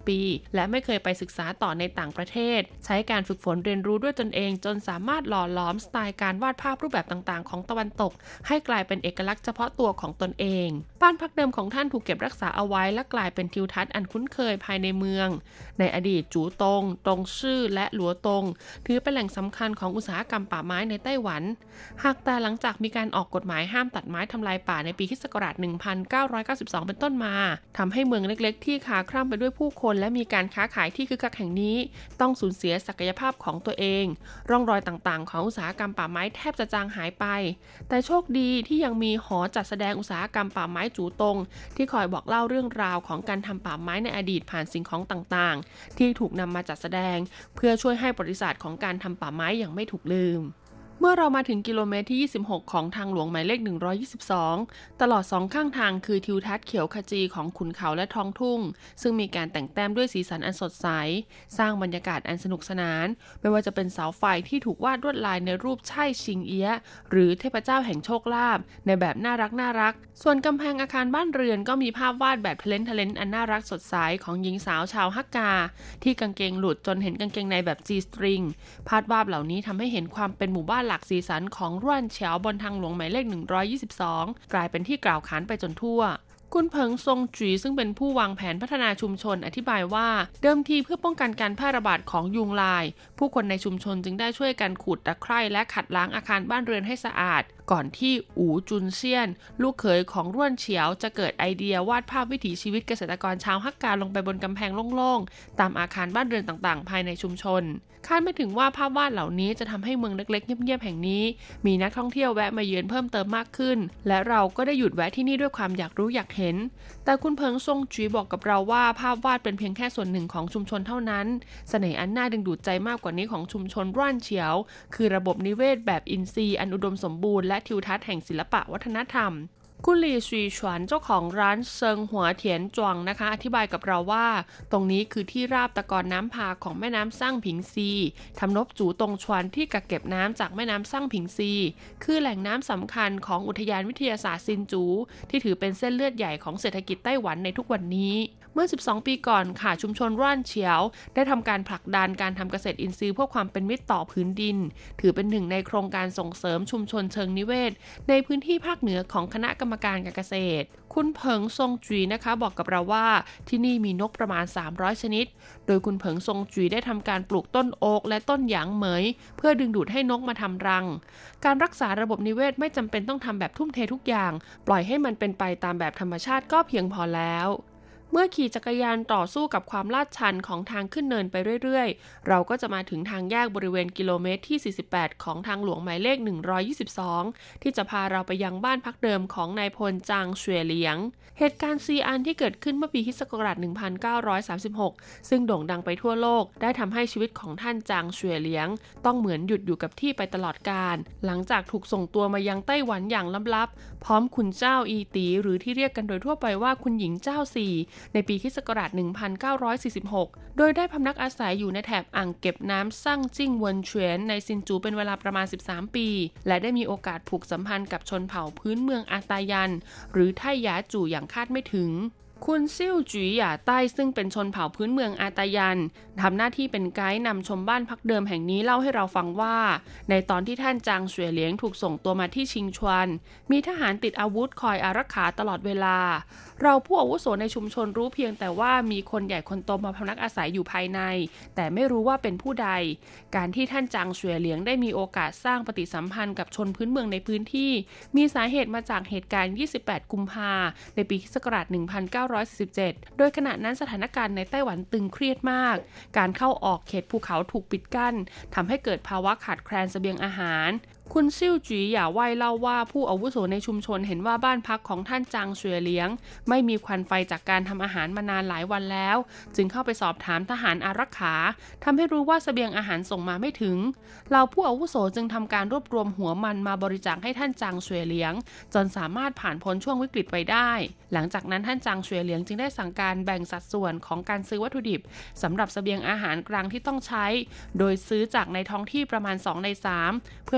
ปีและไม่เคยไปศึกษาต่อในต่างประเทศใช้การฝึกฝนเรียนรู้ด้วยตนเองจนสามารถหล่อหลอมสไตล์การวาดภาพรูปแบบต่างๆของตะวันตกให้กลายเป็นเอกลักษณ์เฉพาะตัวของตนเองบ้านพักเดิมของท่านถูกเก็บรักษาเอาไว้และกลายเป็นทิวทัศน์อันคุ้นเคยภายในเมืองในอดีตจูตงตงซื่อและหลัวตงถือเป็นแหล่งสำคัญของอุตสาหกรรมป่าไม้ในไต้หวันหากแต่หลังจากมีการออกกฎหมายห้ามตัดไม้ทำลายป่าในปีค.ศ. หนึ่งพันเก้าร้อยเก้าสิบสองเป็นต้นมาทำให้เมืองเล็กๆที่คาคร่ำไปด้วยผู้คนและมีการค้าขายที่คึกคักแห่งนี้ต้องสูญเสียศักยภาพของตัวเองร่องรอยต่างๆของอุตสาหกรรมป่าไม้แทบจะจางหายไปแต่โชคดีที่ยังมีหอจัดแสดงอุตสาหกรรมป่าไม้จูตงที่คอยบอกเล่าเรื่องราวของการทำป่าไม้ในอดีตผ่านสิ่งของต่างๆที่ถูกนำมาจัดแสดงเพื่อช่วยให้ประวัติศาสตร์ของการทำป่าไม้อย่างไม่ถูกลืมเมื่อเรามาถึงกิโลเมตรที่ยี่สิบหกของทางหลวงหมายเลขหนึ่งร้อยยี่สิบสองตลอดสองข้างทางคือทิวทัศน์เขียวขจีของขุนเขาและท้องทุ่งซึ่งมีการแต่งแต้มด้วยสีสันอันสดใสสร้างบรรยากาศอันสนุกสนานไม่ว่าจะเป็นเสาไฟที่ถูกวาดลวดลายในรูปไช่ชิงเอี้ยหรือเทพเจ้าแห่งโชคลาภในแบบน่ารักน่ารักส่วนกำแพงอาคารบ้านเรือนก็มีภาพวาดแบบทะเลนทะเลนอันน่ารักสดใสของหญิงสาวชาวฮักกาที่กางเกงหลุดจนเห็นกางเกงในแบบ G string ภาพวาดเหล่านี้ทำให้เห็นความเป็นหมู่บ้านหลากสีสันของร่วนเฉียวบนทางหลวงหมายเลขหนึ่งร้อยยี่สิบสองกลายเป็นที่กล่าวขานไปจนทั่วคุณเพิงซงจุ๋ยซึ่งเป็นผู้วางแผนพัฒนาชุมชนอธิบายว่าเดิมทีเพื่อป้องกันการแพร่ระบาดของยุงลายผู้คนในชุมชนจึงได้ช่วยกันขูดตะไคร่และขัดล้างอาคารบ้านเรือนให้สะอาดก่อนที่อู๋จุนเซียนลูกเขยของร่วนเฉียวจะเกิดไอเดียวาดภาพวิถีชีวิตเกษตรกรชาวฮักกาลงไปบนกำแพงโล่งๆตามอาคารบ้านเรือนต่างๆภายในชุมชนคาดไม่ถึงว่าภาพวาดเหล่านี้จะทำให้เมืองเล็กๆเงียบๆแห่งนี้มีนักท่องเที่ยวแวะมาเยือนเพิ่มเติมมากขึ้นและเราก็ได้หยุดแวะที่นี่ด้วยความอยากรู้อยากเห็นแต่คุณเพิงซงจุ๋ยบอกกับเราว่าภาพวาดเป็นเพียงแค่ส่วนหนึ่งของชุมชนเท่านั้นเสน่ห์อันน่าดึงดูดใจมากกว่านี้ของชุมชนร่วนเฉียวคือระบบนิเวศแบบอินทรีย์อันอุดมสมบูรณ์และทิวทัศน์แห่งศิลปะวัฒนธรรมคุณหลี่ซุยฉวนเจ้าของร้านเซิงหัวเถียนจวงนะคะอธิบายกับเราว่าตรงนี้คือที่ราบตะกอนน้ำพาของแม่น้ำซ่างผิงซีทำนบจูตงชวนที่กักเก็บน้ำจากแม่น้ำซ่างผิงซีคือแหล่งน้ำสำคัญของอุทยานวิทยาศาสตร์ซินจูที่ถือเป็นเส้นเลือดใหญ่ของเศรษฐกิจไต้หวันในทุกวันนี้เมื่อสิบสองปีก่อนค่ะชุมชนร่วนเฉียวได้ทำการผลักดันการทำเกษตรอินทรีย์เพื่อความเป็นมิตรต่อพื้นดินถือเป็นหนึ่งในโครงการส่งเสริมชุมชนเชิงนิเวศในพื้นที่ภาคเหนือของคณะกรรมการการเกษตรคุณเพิงซงจุ๋ยนะคะบอกกับเราว่าที่นี่มีนกประมาณสามร้อยชนิดโดยคุณเพิงซงจุ๋ยได้ทำการปลูกต้นโอ๊กและต้นหยางเหมยเพื่อดึงดูดให้นกมาทำรังการรักษาระบบนิเวศไม่จำเป็นต้องทำแบบทุ่มเททุกอย่างปล่อยให้มันเป็นไปตามแบบธรรมชาติก็เพียงพอแล้วเมื่อขี่จักรยานต่อสู้กับความลาดชันของทางขึ้นเนินไปเรื่อยๆเราก็จะมาถึงทางแยกบริเวณกิโลเมตรที่สี่สิบแปดของทางหลวงหมายเลขหนึ่งร้อยยี่สิบสองที่จะพาเราไปยังบ้านพักเดิมของนายพลจางเฉวยเหลียงเหตุการณ์ซีอันที่เกิดขึ้นเมื่อปีค.ศ. หนึ่งพันเก้าร้อยสามสิบหกซึ่งโด่งดังไปทั่วโลกได้ทำให้ชีวิตของท่านจางเฉวยเหลียงต้องเหมือนหยุดอยู่กับที่ไปตลอดกาลหลังจากถูกส่งตัวมายังไต้หวันอย่างลับๆพร้อมคุณเจ้าอีตีหรือที่เรียกกันโดยทั่วไปว่าคุณหญิงเจ้าสี่ในปีค.ศ. หนึ่งพันเก้าร้อยสี่สิบหกโดยได้พำนักอาศัยอยู่ในแถบอ่างเก็บน้ำซั่งจิ้งเวินเฉวียนในซินจูเป็นเวลาประมาณสิบสามปีและได้มีโอกาสผูกสัมพันธ์กับชนเผ่าพื้นเมืองอาตายันหรือไทหยาจู่อย่างคาดไม่ถึงคุณซิ่วจุ๋ยหย่าใต้ซึ่งเป็นชนเผ่าพื้นเมืองอาตายันทำหน้าที่เป็นไกด์นำชมบ้านพักเดิมแห่งนี้เล่าให้เราฟังว่าในตอนที่ท่านจางเฉวยเหลียงถูกส่งตัวมาที่ชิงชวนมีทหารติดอาวุธคอยอารักขาตลอดเวลาเราผู้อาวุโสในชุมชนรู้เพียงแต่ว่ามีคนใหญ่คนโตมาพำนักอาศัยอยู่ภายในแต่ไม่รู้ว่าเป็นผู้ใดการที่ท่านจางเฉวยเหลียงได้มีโอกาสสร้างปฏิสัมพันธ์กับชนพื้นเมืองในพื้นที่มีสาเหตุมาจากเหตุการณ์ยี่สิบแปดกุมภาพันธ์ในปีค.ศ. หนึ่งพันเก้าร้อยสี่สิบเจ็ดโดยขณะนั้นสถานการณ์ในไต้หวันตึงเครียดมากการเข้าออกเขตภูเขาถูกปิดกั้นทำให้เกิดภาวะขาดแคลนเสบียงอาหารคุณซิ่วจุ๋ยหย่าไหว้เล่าว่าผู้อาวุโสในชุมชนเห็นว่าบ้านพักของท่านจางเฉวยเหลียงไม่มีควันไฟจากการทำอาหารมานานหลายวันแล้วจึงเข้าไปสอบถามทหารอารักขาทำให้รู้ว่าเสบียงอาหารส่งมาไม่ถึงเราผู้อาวุโสจึงทำการรวบรวมหัวมันมาบริจาคให้ท่านจางเฉวยเหลียงจนสามารถผ่านพ้นช่วงวิกฤตไปได้หลังจากนั้นท่านจางเฉวยเหลียงจึงได้สั่งการแบ่งสัดส่วนของการซื้อวัตถุดิบสำหรับเสบียงอาหารกลางที่ต้องใช้โดยซื้อจากในท้องที่ประมาณสองในสามเพื่อช่วยกระตุ้น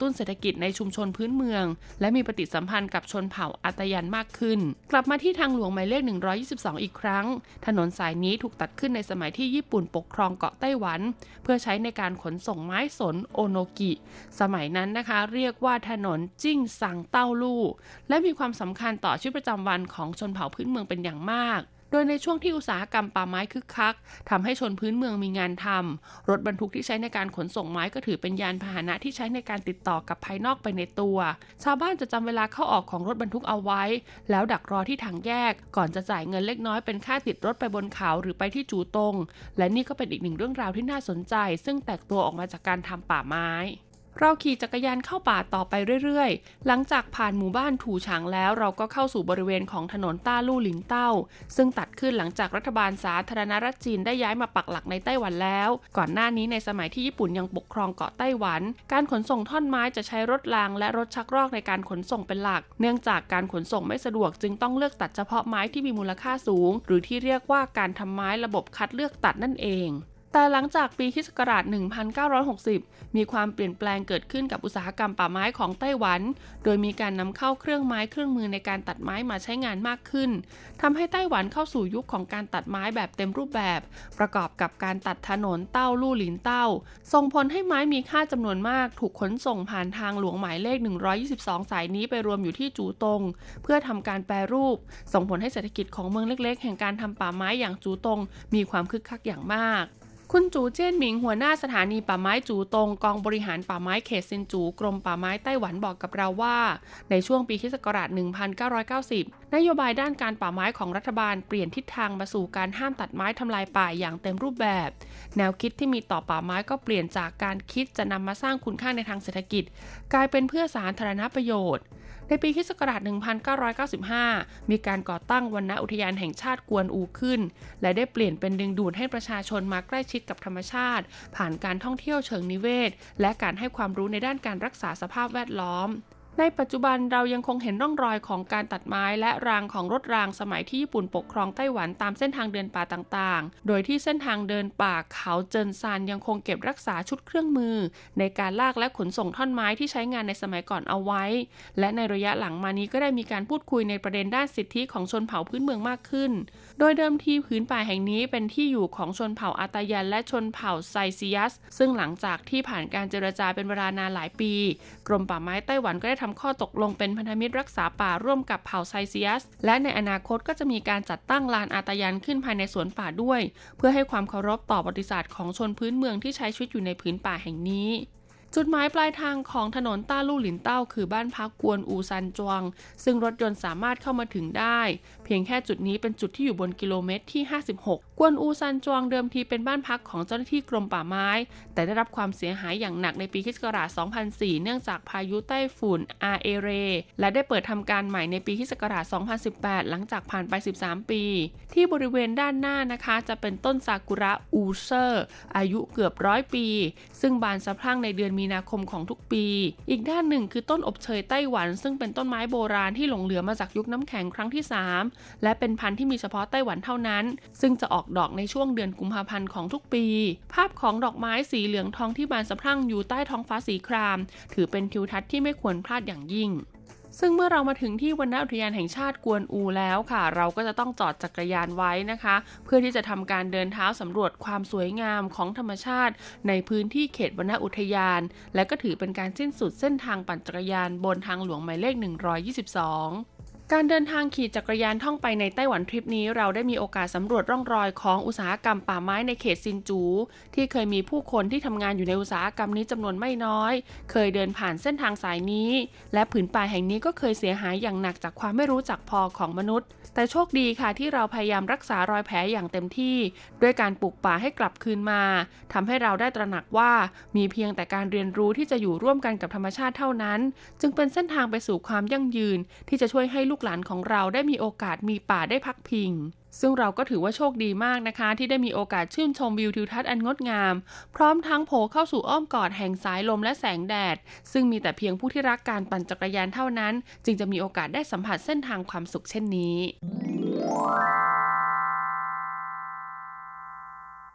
ตุ้นเศรษฐกิจในชุมชนพื้นเมืองและมีปฏิสัมพันธ์กับชนเผ่าอาตยันมากขึ้นกลับมาที่ทางหลวงหมายเลขหนึ่งร้อยยี่สิบสองอีกครั้งถนนสายนี้ถูกตัดขึ้นในสมัยที่ญี่ปุ่นปกครองเกาะไต้หวันเพื่อใช้ในการขนส่งไม้สนโอโนกิสมัยนั้นนะคะเรียกว่าถนนจิ้งซังเต้าลู่และมีความสำคัญต่อชีวิตประจำวันของชนเผ่าพื้นเมืองเป็นอย่างมากโดยในช่วงที่อุตสาหกรรมป่าไม้คึกคักทำให้ชนพื้นเมืองมีงานทำรถบรรทุกที่ใช้ในการขนส่งไม้ก็ถือเป็นยานพาหนะที่ใช้ในการติดต่อกับภายนอกไปในตัวชาวบ้านจะจำเวลาเข้าออกของรถบรรทุกเอาไว้แล้วดักรอที่ทางแยกก่อนจะจ่ายเงินเล็กน้อยเป็นค่าติดรถไปบนเขาหรือไปที่จูตงและนี่ก็เป็นอีกหนึ่งเรื่องราวที่น่าสนใจซึ่งแตกตัวออกมาจากการทำป่าไม้เราขี่จักรยานเข้าป่าต่อไปเรื่อยๆหลังจากผ่านหมู่บ้านถูฉางแล้วเราก็เข้าสู่บริเวณของถนนต้าลู่หลินเต้าซึ่งตัดขึ้นหลังจากรัฐบาลสาธารณรัฐจีนได้ย้ายมาปักหลักในไต้หวันแล้วก่อนหน้านี้ในสมัยที่ญี่ปุ่นยังปกครองเกาะไต้หวันการขนส่งท่อนไม้จะใช้รถรางและรถชักรอกในการขนส่งเป็นหลักเนื่องจากการขนส่งไม่สะดวกจึงต้องเลือกตัดเฉพาะไม้ที่มีมูลค่าสูงหรือที่เรียกว่าการทำไม้ระบบคัดเลือกตัดนั่นเองแต่หลังจากปีค.ศ. หนึ่งพันเก้าร้อยหกสิบมีความเปลี่ยนแปลงเกิดขึ้นกับอุตสาหกรรมป่าไม้ของไต้หวันโดยมีการนำเข้าเครื่องไม้เครื่องมือในการตัดไม้มาใช้งานมากขึ้นทำให้ไต้หวันเข้าสู่ยุคของการตัดไม้แบบเต็มรูปแบบประกอบกับการตัดถนนเต้าลู่หลินเต้าส่งผลให้ไม้มีค่าจำนวนมากถูกขนส่งผ่านทางหลวงหมายเลขหนึ่งร้อยยี่สิบสองสายนี้ไปรวมอยู่ที่จูตงเพื่อทำการแปรรูปส่งผลให้เศรษฐกิจของเมืองเล็กๆแห่งการทำป่าไม้อย่างจูตงมีความคึกคักอย่างมากคุณจูเจี้ยนหมิงหัวหน้าสถานีป่าไม้จูตงกองบริหารป่าไม้เขตซินจูกรมป่าไม้ไต้หวันบอกกับเราว่าในช่วงปีค.ศ. หนึ่งพันเก้าร้อยเก้าสิบนโยบายด้านการป่าไม้ของรัฐบาลเปลี่ยนทิศทางมาสู่การห้ามตัดไม้ทำลายป่าอย่างเต็มรูปแบบแนวคิดที่มีต่อป่าไม้ก็เปลี่ยนจากการคิดจะนำมาสร้างคุณค่าในทางเศรษฐกิจกลายเป็นเพื่อสาธารณประโยชน์ในปีค.ศ. หนึ่งพันเก้าร้อยเก้าสิบห้ามีการก่อตั้งวรรณอุทยานแห่งชาติกวนอูขึ้นและได้เปลี่ยนเป็นดึงดูดให้ประชาชนมาใกล้ชิดกับธรรมชาติผ่านการท่องเที่ยวเชิงนิเวศและการให้ความรู้ในด้านการรักษาสภาพแวดล้อมในปัจจุบันเรายังคงเห็นร่องรอยของการตัดไม้และรางของรถรางสมัยที่ญี่ปุ่นปกครองไต้หวันตามเส้นทางเดินป่าต่างๆโดยที่เส้นทางเดินป่าเขาเจินซานยังคงเก็บรักษาชุดเครื่องมือในการลากและขนส่งท่อนไม้ที่ใช้งานในสมัยก่อนเอาไว้และในระยะหลังมานี้ก็ได้มีการพูดคุยในประเด็นด้านสิทธิของชนเผ่าพื้นเมืองมากขึ้นโดยเดิมทีผืนป่าแห่งนี้เป็นที่อยู่ของชนเผ่าอาตายันและชนเผ่าไซซิยัสซึ่งหลังจากที่ผ่านการเจรจาเป็นเวลานานหลายปีกรมป่าไม้ไต้หวันก็ได้ทำข้อตกลงเป็นพันธมิตรรักษาป่าร่วมกับเผ่าไซซิยัสและในอนาคตก็จะมีการจัดตั้งลานอาตายันขึ้นภายในสวนป่าด้วยเพื่อให้ความเคารพต่อประวัติศาสตร์ของชนพื้นเมืองที่ใช้ชีวิตอยู่ในผืนป่าแห่งนี้จุดหมายปลายทางของถนนต้าลู่หลินเต้าคือบ้านพักกวนอูซันจวงซึ่งรถยนต์สามารถเข้ามาถึงได้เพียงแค่จุดนี้เป็นจุดที่อยู่บนกิโลเมตรที่ห้าสิบหกกวนอูซันจวงเดิมทีเป็นบ้านพักของเจ้าหน้าที่กรมป่าไม้แต่ได้รับความเสียหายอย่างหนักในปีค.ศ. สองพันสี่เนื่องจากพายุไต้ฝุ่นอาเอเรและได้เปิดทำการใหม่ในปีค.ศ. สองพันสิบแปดหลังจากผ่านไปสิบสามปีที่บริเวณด้านหน้านะคะจะเป็นต้นซากุระอูเซอร์อายุเกือบร้อยปีซึ่งบานสะพรั่งในเดือนมีนาคมของทุกปีอีกด้านหนึ่งคือต้นอบเชยไต้หวันซึ่งเป็นต้นไม้โบราณที่หลงเหลือมาจากยุคน้ำแข็งครั้งที่สามและเป็นพันธุ์ที่มีเฉพาะไต้หวันเท่านั้นซึ่งจะออกดอกในช่วงเดือนกุมภาพันธ์ของทุกปีภาพของดอกไม้สีเหลืองทองที่บานสะพรั่งอยู่ใต้ท้องฟ้าสีครามถือเป็นทิวทัศน์ที่ไม่ควรพลาดอย่างยิ่งซึ่งเมื่อเรามาถึงที่วรรณอุทยานแห่งชาติกวนอูแล้วค่ะเราก็จะต้องจอดจักรยานไว้นะคะเพื่อที่จะทำการเดินเท้าสำรวจความสวยงามของธรรมชาติในพื้นที่เขตวรรณอุทยานและก็ถือเป็นการสิ้นสุดเส้นทางปั่นจักรยานบนทางหลวงหมายเลขหนึ่งร้อยยี่สิบสองการเดินทางขี่จักรยานท่องไปในไต้หวันทริปนี้เราได้มีโอกาสสำรวจร่องรอยของอุตสาหกรรมป่าไม้ในเขตซินจูที่เคยมีผู้คนที่ทำงานอยู่ในอุตสาหกรรมนี้จำนวนไม่น้อยเคยเดินผ่านเส้นทางสายนี้และผืนป่าแห่งนี้ก็เคยเสียหายอย่างหนักจากความไม่รู้จักพอของมนุษย์แต่โชคดีค่ะที่เราพยายามรักษารอยแผลอย่างเต็มที่ด้วยการปลูกป่าให้กลับคืนมาทำให้เราได้ตระหนักว่ามีเพียงแต่การเรียนรู้ที่จะอยู่ร่วมกันกับธรรมชาติเท่านั้นจึงเป็นเส้นทางไปสู่ความยั่งยืนที่จะช่วยให้ลูกหลานของเราได้มีโอกาสมีป่าได้พักพิงซึ่งเราก็ถือว่าโชคดีมากนะคะที่ได้มีโอกาสชื่นชมวิวทิวทัศน์อันงดงามพร้อมทั้งโผล่เข้าสู่อ้อมกอดแห่งสายลมและแสงแดดซึ่งมีแต่เพียงผู้ที่รักการปั่นจักรยานเท่านั้นจึงจะมีโอกาสได้สัมผัสเส้นทางความสุขเช่นนี้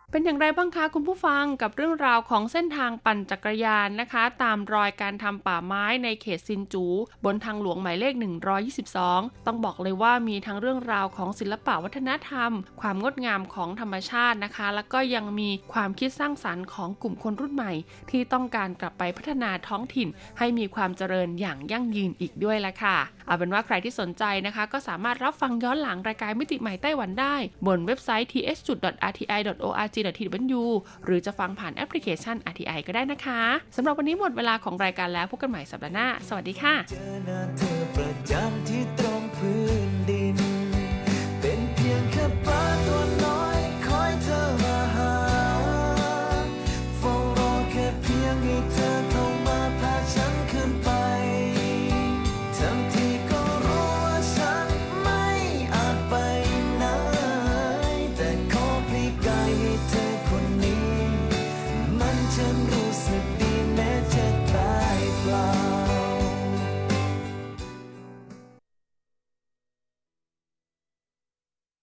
เป็นอย่างไรบ้างคะคุณผู้ฟังกับเรื่องราวของเส้นทางปั่นจักรยานนะคะตามรอยการทำป่าไม้ในเขตซินจูบนทางหลวงหมายเลขหนึ่งร้อยยี่สิบสองต้องบอกเลยว่ามีทั้งเรื่องราวของศิลปะวัฒนธรรมความงดงามของธรรมชาตินะคะแล้วก็ยังมีความคิดสร้างสรรค์ของกลุ่มคนรุ่นใหม่ที่ต้องการกลับไปพัฒนาท้องถิ่นให้มีความเจริญอย่างยั่งยืนอีกด้วยละค่ะเอาเป็นว่าใครที่สนใจนะคะก็สามารถรับฟังย้อนหลังรายการมิติใหม่ไต้หวันได้บนเว็บไซต์ ที เอช ดอท อาร์ ที ไอ ดอท โอ อาร์ จี ดอท ที ดับเบิลยู หรือจะฟังผ่านแอปพลิเคชัน อาร์ ที ไอ ก็ได้นะคะสำหรับวันนี้หมดเวลาของรายการแล้วพบกันใหม่สัปดาห์หน้าสวัสดีค่ะ